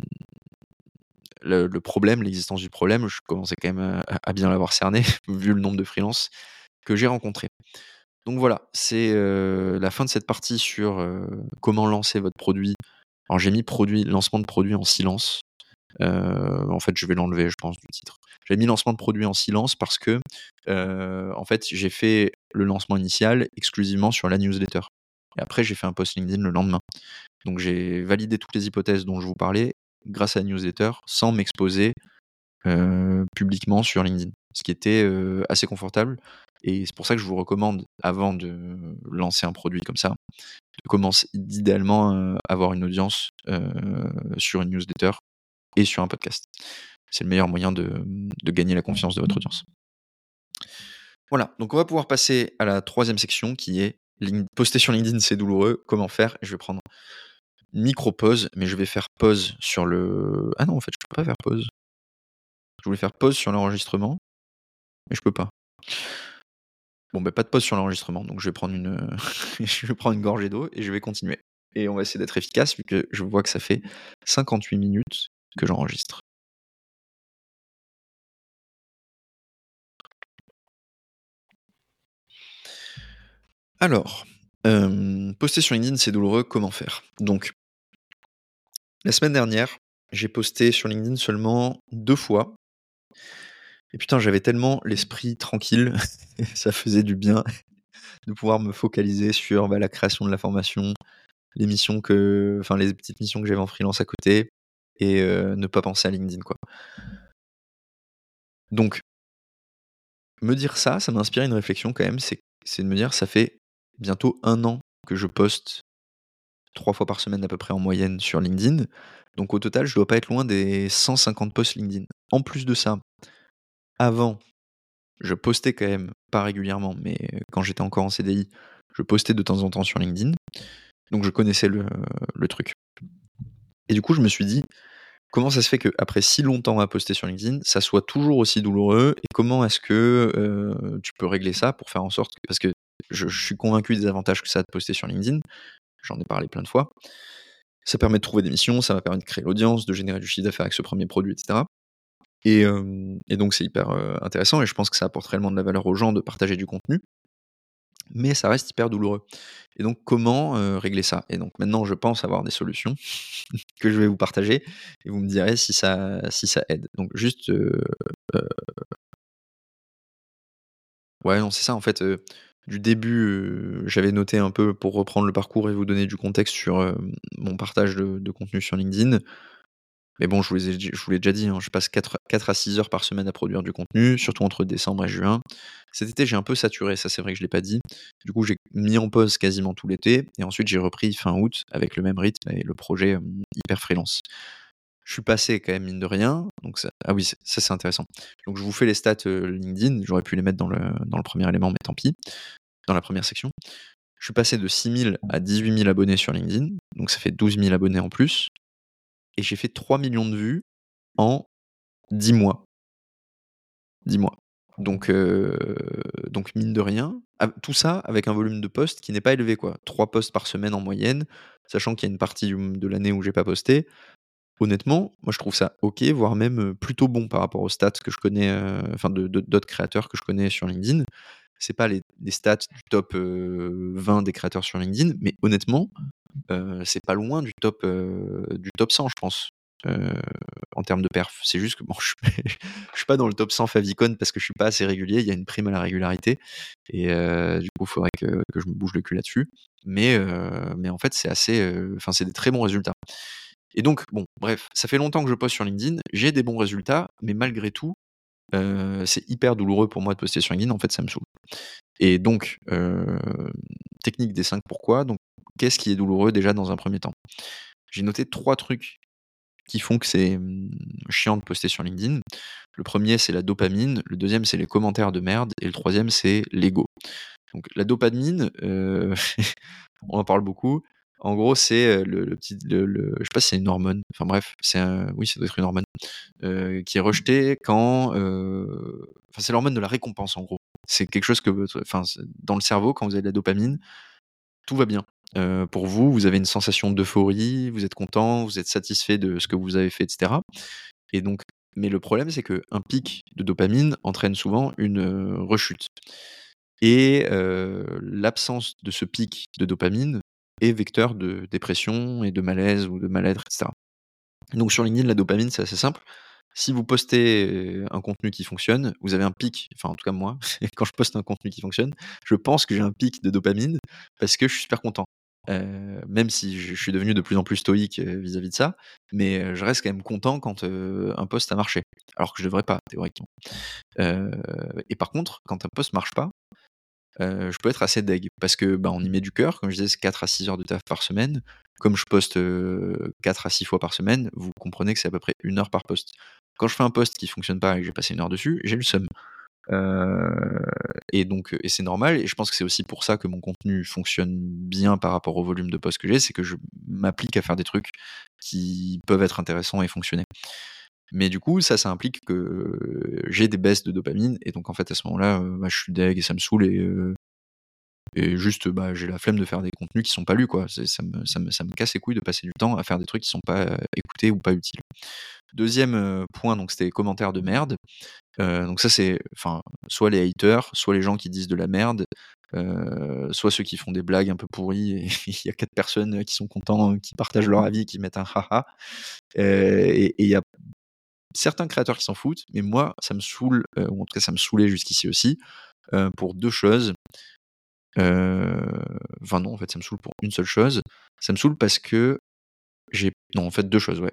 le le problème, l'existence du problème, je commençais quand même à à bien l'avoir cerné, vu le nombre de freelances que j'ai rencontrés. Donc voilà, c'est, heu, la fin de cette partie sur, heu, comment lancer votre produit. Alors j'ai mis produit lancement de produit en silence. Heu, en fait, je vais l'enlever, je pense, du titre. J'ai mis lancement de produit en silence parce que, heu, en fait, j'ai fait le lancement initial exclusivement sur la newsletter et après j'ai fait un post LinkedIn le lendemain. Donc j'ai validé toutes les hypothèses dont je vous parlais grâce à la newsletter sans m'exposer, heu, publiquement sur LinkedIn. Ce qui était, heu, assez confortable et c'est pour ça que je vous recommande, avant de lancer un produit comme ça, de commencer d'idéalement, heu, avoir une audience, heu, sur une newsletter et sur un podcast. C'est le meilleur moyen de, mmh, de gagner la confiance de votre audience. Voilà, donc on va pouvoir passer à la troisième section qui est Lin poster sur LinkedIn, c'est douloureux, comment faire? Je vais prendre une micro pause, mais je vais faire pause sur le ah non, en fait, je peux pas faire pause. Je voulais faire pause sur l'enregistrement, mais je peux pas. Bon, bah, pas de pause sur l'enregistrement, donc je vais prendre une, heu, je vais prendre une gorgée d'eau et je vais continuer et on va essayer d'être efficace vu que je vois que ça fait cinquante-huit minutes que j'enregistre. Alors, hem, poster sur LinkedIn, c'est douloureux, comment faire? Donc, la semaine dernière, j'ai posté sur LinkedIn seulement deux fois et putain, j'avais tellement l'esprit tranquille, ça faisait du bien de pouvoir me focaliser sur, bah, la création de la formation, les missions que enfin, les petites missions que j'avais en freelance à côté et heu, ne pas penser à LinkedIn, quoi. Donc me dire ça, ça m'a inspiré une réflexion quand même, c'est c'est de me dire: «Ça fait bientôt un an que je poste trois fois par semaine à peu près en moyenne sur LinkedIn». Donc au total, je dois pas être loin des cent cinquante posts LinkedIn. En plus de ça, avant, je postais quand même, pas régulièrement, mais quand j'étais encore en C D I, je postais de temps en temps sur LinkedIn, donc je connaissais le le truc. Et du coup, je me suis dit: «Comment ça se fait qu'après si longtemps à poster sur LinkedIn, ça soit toujours aussi douloureux et comment est-ce que, heu, tu peux régler ça pour faire en sorte» que parce que je je suis convaincu des avantages que ça a de poster sur LinkedIn, j'en ai parlé plein de fois. Ça permet de trouver des missions, ça va permettre de créer l'audience, de générer du chiffre d'affaires avec ce premier produit et cetera. Et hem et donc c'est hyper, heu, intéressant et je pense que ça apporte réellement de la valeur aux gens de partager du contenu, mais ça reste hyper douloureux. Et donc comment, heu, régler ça? Et donc maintenant je pense avoir des solutions que je vais vous partager et vous me direz si ça si ça aide. Donc juste, heu heu, ouais, non, c'est ça en fait, heu, du début, heu, j'avais noté un peu pour reprendre le parcours et vous donner du contexte sur, hem, mon partage de de contenu sur LinkedIn. Mais bon, je vous les ai je vous l'ai déjà dit, hein, je passe quatre quatre à six heures par semaine à produire du contenu, surtout entre décembre et juin. Cet été, j'ai un peu saturé, ça c'est vrai que je l'ai pas dit. Du coup, j'ai mis en pause quasiment tout l'été et ensuite j'ai repris fin août avec le même rythme et le projet, hem, hyper freelance. Je suis passé quand même mine de rien, donc ça ah oui, c'est ça c'est intéressant. Donc je vous fais les stats, heu, LinkedIn, j'aurais pu les mettre dans le dans le premier élément, mais tant pis, dans la première section. Je suis passé de six mille à dix-huit mille abonnés sur LinkedIn, donc ça fait douze mille abonnés en plus et j'ai fait trois millions de vues en dix mois, dix mois. Donc heu, donc mine de rien, av tout ça avec un volume de posts qui n'est pas élevé quoi. Trois posts par semaine en moyenne, sachant qu'il y a une partie du de l'année où j'ai pas posté. Honnêtement, moi je trouve ça OK, voire même, heu, plutôt bon par rapport aux stats que je connais, heu, enfin de de d'autres créateurs que je connais sur LinkedIn. C'est pas les les stats du top, heu, vingt des créateurs sur LinkedIn, mais honnêtement, Heu, c'est pas loin du top, heu, du top cent je pense, heu, en termes de perf. C'est juste que bon, je suis je suis pas dans le top cent favicon parce que je suis pas assez régulier, il y a une prime à la régularité et heu, du coup, il faudrait que que je me bouge le cul là-dessus. Mais heu, mais en fait, c'est assez, heu, enfin, c'est des très bons résultats. Et donc bon, bref, ça fait longtemps que je poste sur LinkedIn, j'ai des bons résultats, mais malgré tout, heu, c'est hyper douloureux pour moi de poster sur LinkedIn, en fait, ça me saoule. Et donc, heu, technique des cinq pourquoi, donc qu'est-ce qui est douloureux déjà dans un premier temps? J'ai noté trois trucs qui font que c'est, mmh, chiant de poster sur LinkedIn. Le premier c'est la dopamine, le deuxième c'est les commentaires de merde et le troisième c'est l'ego. Donc la dopamine, heu, on en parle beaucoup. En gros, c'est, heu, le le petit le le je sais pas si c'est une hormone, enfin bref, c'est un oui, ça doit être une hormone, heu, qui est rejetée quand, heu, enfin c'est l'hormone de la récompense en gros. C'est quelque chose que votre enfin c'est dans le cerveau quand vous avez de la dopamine, tout va bien. Heu, pour vous, vous avez une sensation d'euphorie, vous êtes content, vous êtes satisfait de ce que vous avez fait et cetera. Et donc mais le problème, c'est qu'un pic de dopamine entraîne souvent une, heu, rechute et heu, l'absence de ce pic de dopamine est vecteur de dépression et de malaise ou de mal-être et cetera. Donc sur LinkedIn, la dopamine, c'est assez simple. Si vous postez, heu, un contenu qui fonctionne, vous avez un pic, enfin en tout cas moi, quand je poste un contenu qui fonctionne, je pense que j'ai un pic de dopamine parce que je suis super content. Heu, même si je je suis devenu de plus en plus stoïque, heu, vis-à-vis de ça, mais heu, je reste quand même content quand, heu, un post a marché. Alors que je devrais pas théoriquement. Heu et par contre, quand un post marche pas, Heu, je peux être assez deg parce que, bah, on y met du cœur, comme je disais, c'est quatre à six heures de taf par semaine. Comme je poste, heu, quatre à six fois par semaine, vous comprenez que c'est à peu près une heure par post. Quand je fais un post qui fonctionne pas et que j'ai passé une heure dessus, j'ai le seum. Heu et donc et c'est normal et je pense que c'est aussi pour ça que mon contenu fonctionne bien par rapport au volume de posts que j'ai, c'est que je m'applique à faire des trucs qui peuvent être intéressants et fonctionner. Mais du coup, ça, ça implique que j'ai des baisses de dopamine et donc en fait, à ce moment-là, heu, bah, je suis deg et ça me saoule et heu et juste, bah, j'ai la flemme de faire des contenus qui sont pas lus, quoi. C'est ça me ça me ça me casse les couilles de passer du temps à faire des trucs qui sont pas, heu, écoutés ou pas utiles. Deuxième e point, donc c'était les commentaires de merde. Heu, donc ça, c'est enfin, soit les haters, soit les gens qui disent de la merde, heu, soit ceux qui font des blagues un peu pourries et il y a quatre personnes, qui sont contents, heu, qui partagent leur avis, qui mettent un «ha ha». Heu et et il y a certains créateurs qui s'en foutent, mais moi, ça me saoule, heu, ou en tout cas ça me saoulait jusqu'ici aussi, heu, pour deux choses. Heu, enfin non, en fait, ça me saoule pour une seule chose. Ça me saoule parce que j'ai non, en fait, deux choses, ouais.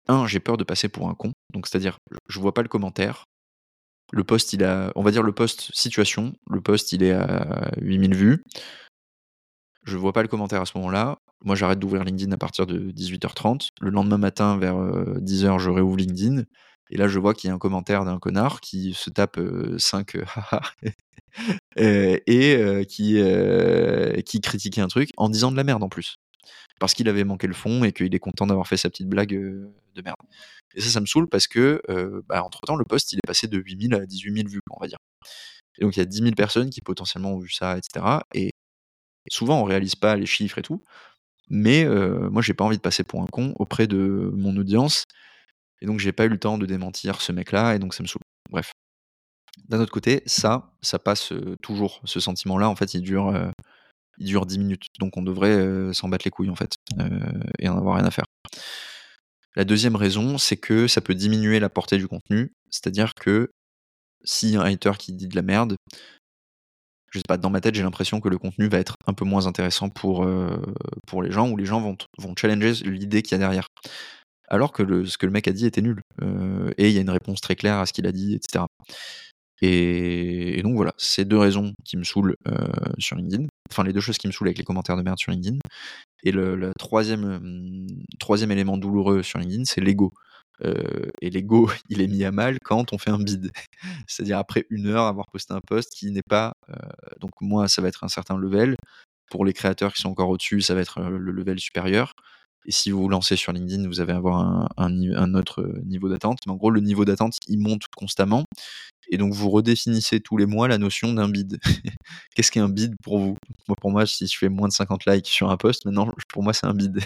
un, j'ai peur de passer pour un con, donc c'est-à-dire, je je vois pas le commentaire. Le post, il a on va dire le post situation, le post, il est à huit mille vues. Je vois pas le commentaire à ce moment-là. Moi, j'arrête d'ouvrir LinkedIn à partir de dix-huit heures trente. Le lendemain matin, vers, heu, dix heures, je réouvre LinkedIn et là, je vois qu'il y a un commentaire d'un connard qui se tape, heu, cinq, heu, ha ha, heu et heu, qui, heu, qui critiquait un truc en disant de la merde en plus. Parce qu'il avait manqué le fond et qu'il est content d'avoir fait sa petite blague, heu, de merde. Et ça, ça me saoule parce que, heu, bah, entre temps, le post, il est passé de huit mille à dix-huit mille vues, on va dire. Et donc il y a dix mille personnes qui potentiellement ont vu ça et cetera et souvent on réalise pas les chiffres et tout, mais heu, moi j'ai pas envie de passer pour un con auprès de mon audience et donc j'ai pas eu le temps de démentir ce mec-là et donc ça me saoule. Bref. D'un autre côté, ça, ça passe, heu, toujours. Ce sentiment-là, en fait, il dure, heu, il dure dix minutes, donc on devrait, heu, s'en battre les couilles, en fait, heu et en avoir rien à faire. La deuxième raison, c'est que ça peut diminuer la portée du contenu, c'est-à-dire que s'il y a un hater qui dit de la merde, je sais pas, dans ma tête, j'ai l'impression que le contenu va être un peu moins intéressant pour, heu, pour les gens ou les gens vont t vont challenger l'idée qu'il y a derrière. Alors que le ce que le mec a dit était nul, heu et il y a une réponse très claire à ce qu'il a dit et cetera. Et et donc voilà, c'est deux raisons qui me saoulent, heu, sur LinkedIn. Enfin, les deux choses qui me saoulent avec les commentaires de merde sur LinkedIn et le le troisième e troisième élément douloureux sur LinkedIn, c'est l'ego. Heu et l'ego, il est mis à mal quand on fait un bid. C'est-à-dire après une heure avoir posté un post qui n'est pas, heu donc moi, ça va être un certain level. Pour les créateurs qui sont encore au-dessus, ça va être, heu, le level supérieur et si vous vous lancez sur LinkedIn, vous allez avoir un un ni un autre, heu, niveau d'attente. Mais en gros, le niveau d'attente, il monte constamment et donc vous redéfinissez tous les mois la notion d'un bid. Qu'est-ce qu'un bid pour vous? Moi, pour moi, si je fais moins de cinquante likes sur un post, maintenant, pour moi, c'est un bid.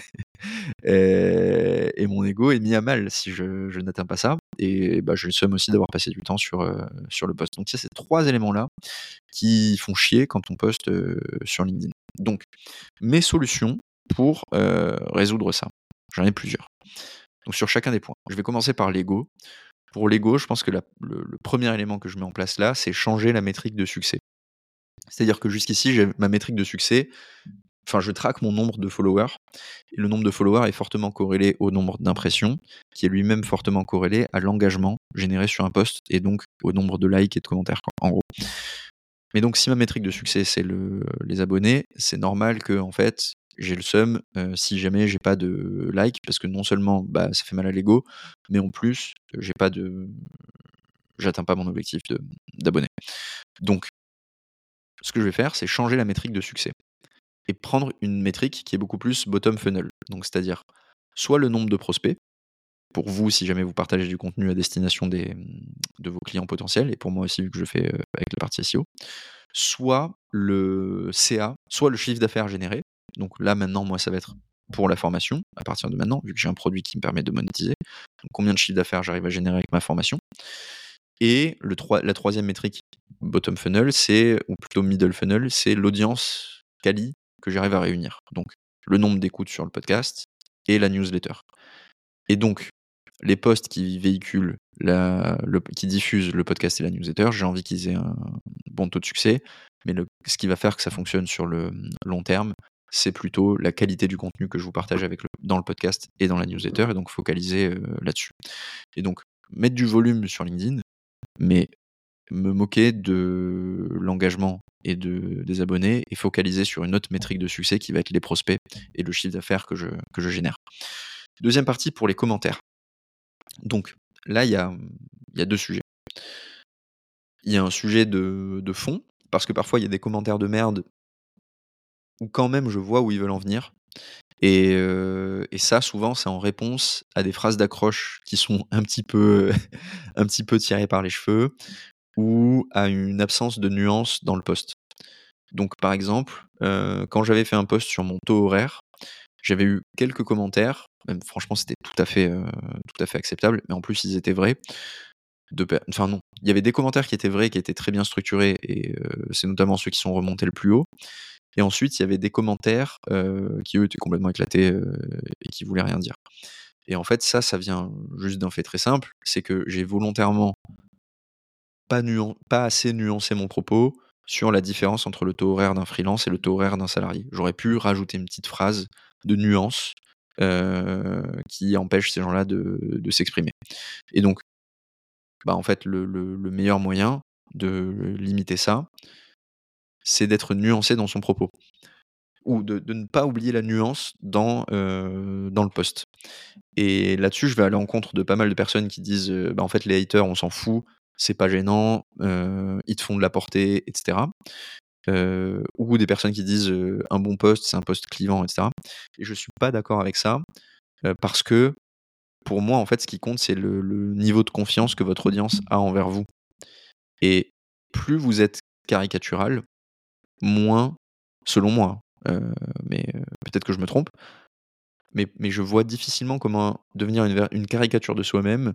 Et et mon ego est mis à mal si je je n'atteins pas ça et bah, j'ai le seum aussi d'avoir passé du temps sur, heu, sur le post. Donc il y a ces trois éléments-là qui font chier quand on poste, heu, sur LinkedIn. Donc mes solutions pour, heu, résoudre ça, j'en ai plusieurs. Donc sur chacun des points. Je vais commencer par l'ego. Pour l'ego, je pense que la le le premier élément que je mets en place là, c'est changer la métrique de succès. C'est-à-dire que jusqu'ici, j'ai ma métrique de succès, enfin, je traque mon nombre de followers et le nombre de followers est fortement corrélé au nombre d'impressions, qui est lui-même fortement corrélé à l'engagement généré sur un post et donc au nombre de likes et de commentaires, quoi, en gros. Mais donc si ma métrique de succès, c'est le les abonnés, c'est normal que en fait, j'ai le seum, heu, si jamais j'ai pas de likes parce que non seulement, bah, ça fait mal à l'ego, mais en plus, j'ai pas de j'atteins pas mon objectif de d'abonnés. Donc ce que je vais faire, c'est changer la métrique de succès et prendre une métrique qui est beaucoup plus bottom funnel. Donc c'est-à-dire, soit le nombre de prospects, pour vous si jamais vous partagez du contenu à destination des, mmh, de vos clients potentiels et pour moi aussi vu que je fais, heu, avec la partie S E O, soit le C A, soit le chiffre d'affaires généré. Donc là maintenant moi ça va être pour la formation, à partir de maintenant, vu que j'ai un produit qui me permet de monétiser. Donc combien de chiffre d'affaires j'arrive à générer avec ma formation et le troi la troisième métrique bottom funnel, c'est ou plutôt middle funnel, c'est l'audience quali que j'arrive à réunir. Donc le nombre d'écoutes sur le podcast et la newsletter. Et donc les posts qui véhiculent la le qui diffusent le podcast et la newsletter, j'ai envie qu'ils aient un bon taux de succès, mais le ce qui va faire que ça fonctionne sur le, mmh, long terme, c'est plutôt la qualité du contenu que je vous partage avec le dans le podcast et dans la newsletter et donc focaliser, heu, là-dessus. Et donc mettre du volume sur LinkedIn, mais me moquer de l'engagement et de des abonnés et focaliser sur une autre métrique de succès qui va être les prospects et le chiffre d'affaires que je que je génère. Deuxième partie pour les commentaires. Donc là, il y a, mmh, il y a deux sujets. Il y a un sujet de de fond, parce que parfois il y a des commentaires de merde où quand même je vois où ils veulent en venir et heu et ça souvent c'est en réponse à des phrases d'accroche qui sont un petit peu, un petit peu tirées par les cheveux ou à une absence de nuance dans le post. Donc par exemple, heu, quand j'avais fait un post sur mon taux horaire, j'avais eu quelques commentaires, même franchement c'était tout à fait, heu, tout à fait acceptable, mais en plus ils étaient vrais, de per enfin non, il y avait des commentaires qui étaient vrais, qui étaient très bien structurés et heu, c'est notamment ceux qui sont remontés le plus haut et ensuite il y avait des commentaires, heu, qui eux étaient complètement éclatés, heu et qui voulaient rien dire. Et en fait ça, ça vient juste d'un fait très simple, c'est que j'ai volontairement pas nuan pas assez nuancé mon propos sur la différence entre le taux horaire d'un freelance et le taux horaire d'un salarié. J'aurais pu rajouter une petite phrase de nuance, heu, qui empêchent ces gens-là de de s'exprimer. Et donc, bah, en fait, le le le meilleur moyen de limiter ça, c'est d'être nuancé dans son propos ou de de ne pas oublier la nuance dans, heu, dans le post. Et là-dessus, je vais aller en contre de pas mal de personnes qui disent, heu: «Bah, en fait, les haters, on s'en fout, c'est pas gênant, heu, ils te font de la portée» et cetera. Heu, ou des personnes qui disent, heu: «Un bon post, c'est un post clivant» et cetera. Et je suis pas d'accord avec ça, heu, parce que pour moi, en fait, ce qui compte, c'est le le niveau de confiance que votre audience a envers vous. Et plus vous êtes caricatural, moins, selon moi, heu, mais heu, peut-être que je me trompe, mais mais je vois difficilement comment devenir une ver une caricature de soi-même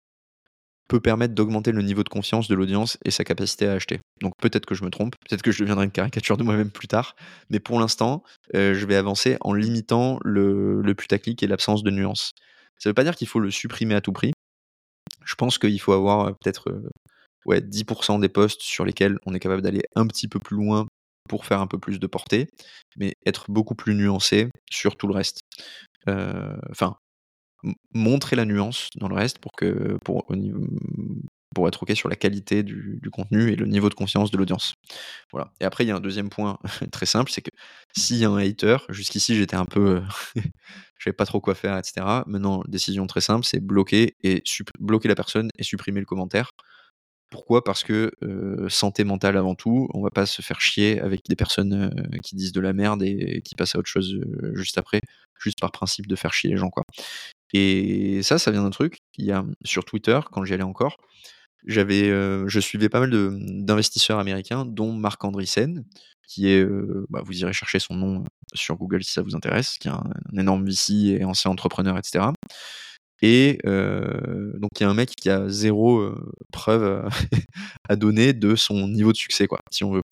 peut permettre d'augmenter le niveau de confiance de l'audience et sa capacité à acheter. Donc peut-être que je me trompe, peut-être que je deviendrai une caricature de moi-même plus tard, mais pour l'instant, heu, je vais avancer en limitant le le putaclic et l'absence de nuance. Ça veut pas dire qu'il faut le supprimer à tout prix. Je pense qu'il faut avoir, heu, peut-être, heu, ouais, dix des posts sur lesquels on est capable d'aller un petit peu plus loin pour faire un peu plus de portée, mais être beaucoup plus nuancé sur tout le reste. Heu, enfin, M montrer la nuance dans le reste pour que pour au niveau pour être OK sur la qualité du du contenu et le niveau de confiance de l'audience. Voilà. Et après, il y a un deuxième point très simple, c'est que s'il y a un hater, jusqu'ici j'étais un peu, heu, je savais pas trop quoi faire et cetera. Maintenant, décision très simple, c'est bloquer et sup bloquer la personne et supprimer le commentaire. Pourquoi? Parce que, heu, santé mentale avant tout, on va pas se faire chier avec des personnes, heu, qui disent de la merde et qui passent à autre chose, heu, juste après, juste par principe de faire chier les gens, quoi. Et ça, ça vient d'un truc, il y a, mmh, sur Twitter, quand j'y allais encore, j'avais, heu, je suivais pas mal de, mmh, d'investisseurs américains, dont Marc Andreessen, qui est, heu, bah, vous irez chercher son nom, heu, sur Google si ça vous intéresse, qui est un un énorme V C et ancien entrepreneur et cetera. Et heu, donc il y a un mec qui a zéro heu, preuve, heu, à donner de son niveau de succès, quoi, si on veut.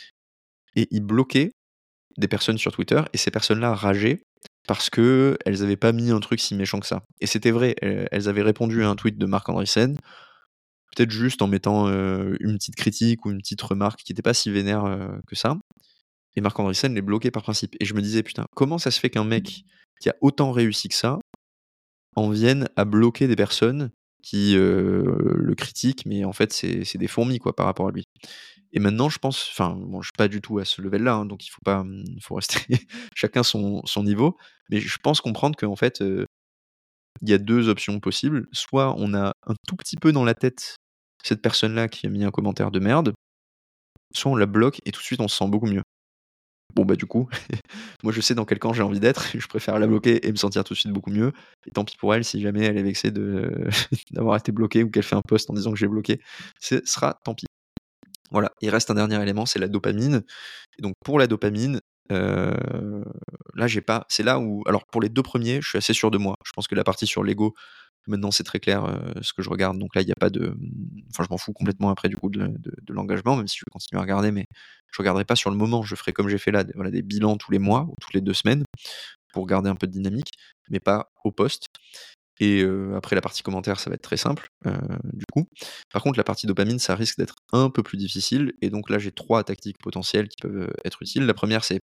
Et il bloquait des personnes sur Twitter et ces personnes-là rageaient parce qu'elles avaient pas mis un truc si méchant que ça. Et c'était vrai, heu, elles avaient répondu à un tweet de Marc Andreessen, peut-être juste en mettant, heu, une petite critique ou une petite remarque qui était pas si vénère, heu, que ça. Et Marc Andreessen les bloquait par principe. Et je me disais: «Putain, comment ça se fait qu'un mec qui a autant réussi que ça, en vienne à bloquer des personnes qui, heu, le critiquent, mais en fait c'est c'est des fourmis, quoi, par rapport à lui?» Et maintenant je pense, enfin bon, je suis pas du tout à ce level-là, hein, donc il faut pas, mmh, il faut rester chacun son son niveau, mais je pense comprendre qu'en fait, heu, il y a deux options possibles. Soit on a un tout petit peu dans la tête cette personne-là qui a mis un commentaire de merde, soit on la bloque et tout de suite on se sent beaucoup mieux. Bon, bah, du coup, moi je sais dans quel camp j'ai envie d'être, je préfère la bloquer et me sentir tout de suite beaucoup mieux. Et tant pis pour elle si jamais elle est vexée de d'avoir été bloquée ou qu'elle fait un post en disant que j'ai bloqué, ce sera tant pis. Voilà, il reste un dernier élément, c'est la dopamine. Et donc pour la dopamine, heu, là j'ai pas c'est là où, alors pour les deux premiers, je suis assez sûr de moi. Je pense que la partie sur l'ego, maintenant c'est très clair, heu, ce que je regarde, donc là il y a pas de, mmh, enfin je m'en fous complètement après du coup de de de l'engagement, même si je vais continuer à regarder, mais je regarderai pas sur le moment. Je ferai comme j'ai fait là, des voilà, des bilans tous les mois ou toutes les deux semaines pour garder un peu de dynamique, mais pas au poste. Et heu, après la partie commentaire, ça va être très simple, heu, du coup. Par contre, la partie dopamine, ça risque d'être un peu plus difficile et donc là, j'ai trois tactiques potentielles qui peuvent, heu, être utiles. La première, c'est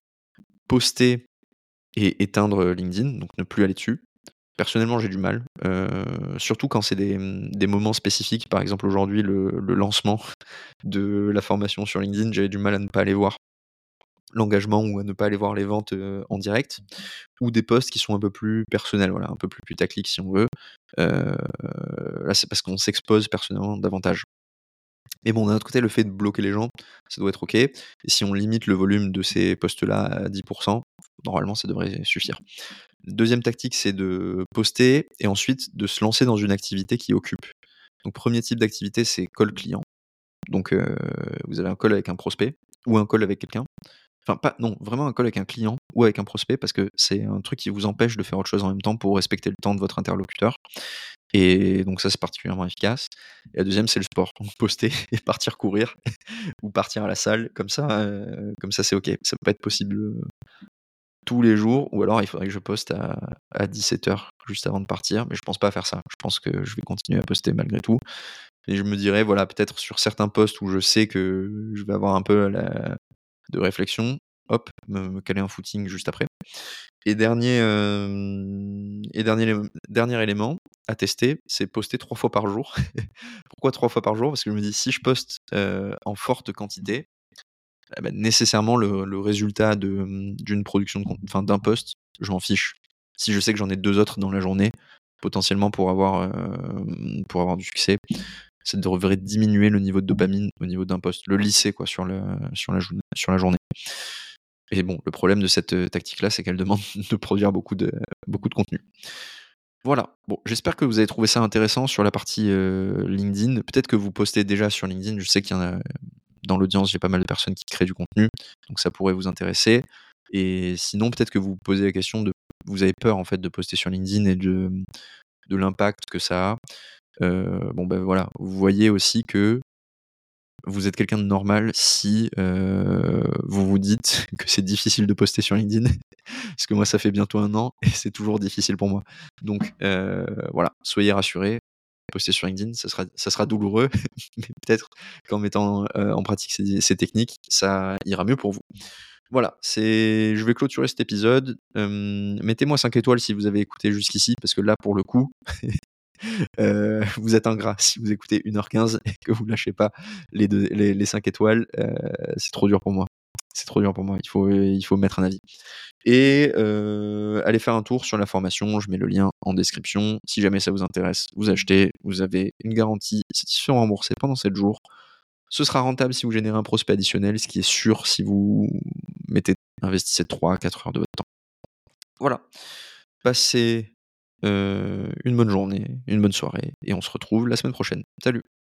poster et éteindre, heu, LinkedIn, donc ne plus aller dessus. Personnellement, j'ai du mal, heu, surtout quand c'est des, mmh, des moments spécifiques. Par exemple, aujourd'hui, le le lancement de la formation sur LinkedIn, j'avais du mal à ne pas aller voir l'engagement ou à ne pas aller voir les ventes, heu, en direct, ou des posts qui sont un peu plus personnels, voilà, un peu plus putaclic si on veut. Heu, Là, c'est parce qu'on s'expose personnellement davantage. Mais bon, d'un autre côté, le fait de bloquer les gens, ça doit être OK. Et si on limite le volume de ces posts-là à dix, normalement, ça devrait suffire. Deuxième tactique, c'est de poster et ensuite de se lancer dans une activité qui occupe. Donc premier type d'activité, c'est call client. Donc heu, vous avez un call avec un prospect ou un call avec quelqu'un. Enfin pas non, vraiment un call avec un client ou avec un prospect parce que c'est un truc qui vous empêche de faire autre chose en même temps pour respecter le temps de votre interlocuteur. Et donc ça, c'est particulièrement efficace. Et la deuxième, c'est le sport. Donc poster et partir courir ou partir à la salle comme ça, heu, comme ça, c'est OK. Ça peut pas être possible, heu, tous les jours, ou alors il faudrait que je poste à à dix-sept heures juste avant de partir, mais je pense pas faire ça. Je pense que je vais continuer à poster malgré tout. Et je me dirais, voilà, peut-être sur certains posts où je sais que je vais avoir un peu la de réflexion, hop, me me caler un footing juste après. Et dernier, hem et dernier lém dernier élément à tester, c'est poster trois fois par jour. Pourquoi trois fois par jour? Parce que je me dis: «Si je poste, heu, en forte quantité, et bah, nécessairement le le résultat de, mmh, d'une production de cont enfin d'un post, je m'en fiche. Si je sais que j'en ai deux autres dans la journée, potentiellement pour avoir, hem, pour avoir du succès, ça devrait diminuer le niveau de dopamine au niveau d'un post, le lisser quoi sur le sur la journée sur la journée. Et bon, le problème de cette, heu, tactique-là, c'est qu'elle demande de produire beaucoup de beaucoup de contenu. Voilà, bon, j'espère que vous avez trouvé ça intéressant sur la partie, heu, LinkedIn. Peut-être que vous postez déjà sur LinkedIn, je sais qu'il y en a, heu, dans l'audience, j'ai pas mal de personnes qui créent du contenu, donc ça pourrait vous intéresser. Et sinon, peut-être que vous vous posez la question de vous avez peur en fait de poster sur LinkedIn et de, mmh, de l'impact que ça a. Heu, bon, bah, voilà, vous voyez aussi que vous êtes quelqu'un de normal si, heu, vous vous dites que c'est difficile de poster sur LinkedIn. Parce que moi, ça fait bientôt un an et c'est toujours difficile pour moi. Donc, heu, voilà, soyez rassurés, poster sur LinkedIn, ça sera ça sera douloureux, mais peut-être qu'en mettant, heu, en pratique ces ces techniques, ça ira mieux pour vous. Voilà, c'est je vais clôturer cet épisode. Hem, mettez-moi cinq étoiles si vous avez écouté jusqu'ici, parce que là, pour le coup, heu, vous êtes ingrats si vous écoutez une heure quinze et que vous lâchez pas les deux les les cinq étoiles, heu, c'est trop dur pour moi. C'est trop dur pour moi, il faut, il faut mettre un avis. Et heu, allez faire un tour sur la formation, je mets le lien en description. Si jamais ça vous intéresse, vous achetez, vous avez une garantie satisfait remboursée pendant sept jours. Ce sera rentable si vous générez un prospect additionnel, ce qui est sûr si vous mettez investissez trois à quatre heures de votre temps. Voilà, passez, heu, une bonne journée, une bonne soirée et on se retrouve la semaine prochaine. Salut!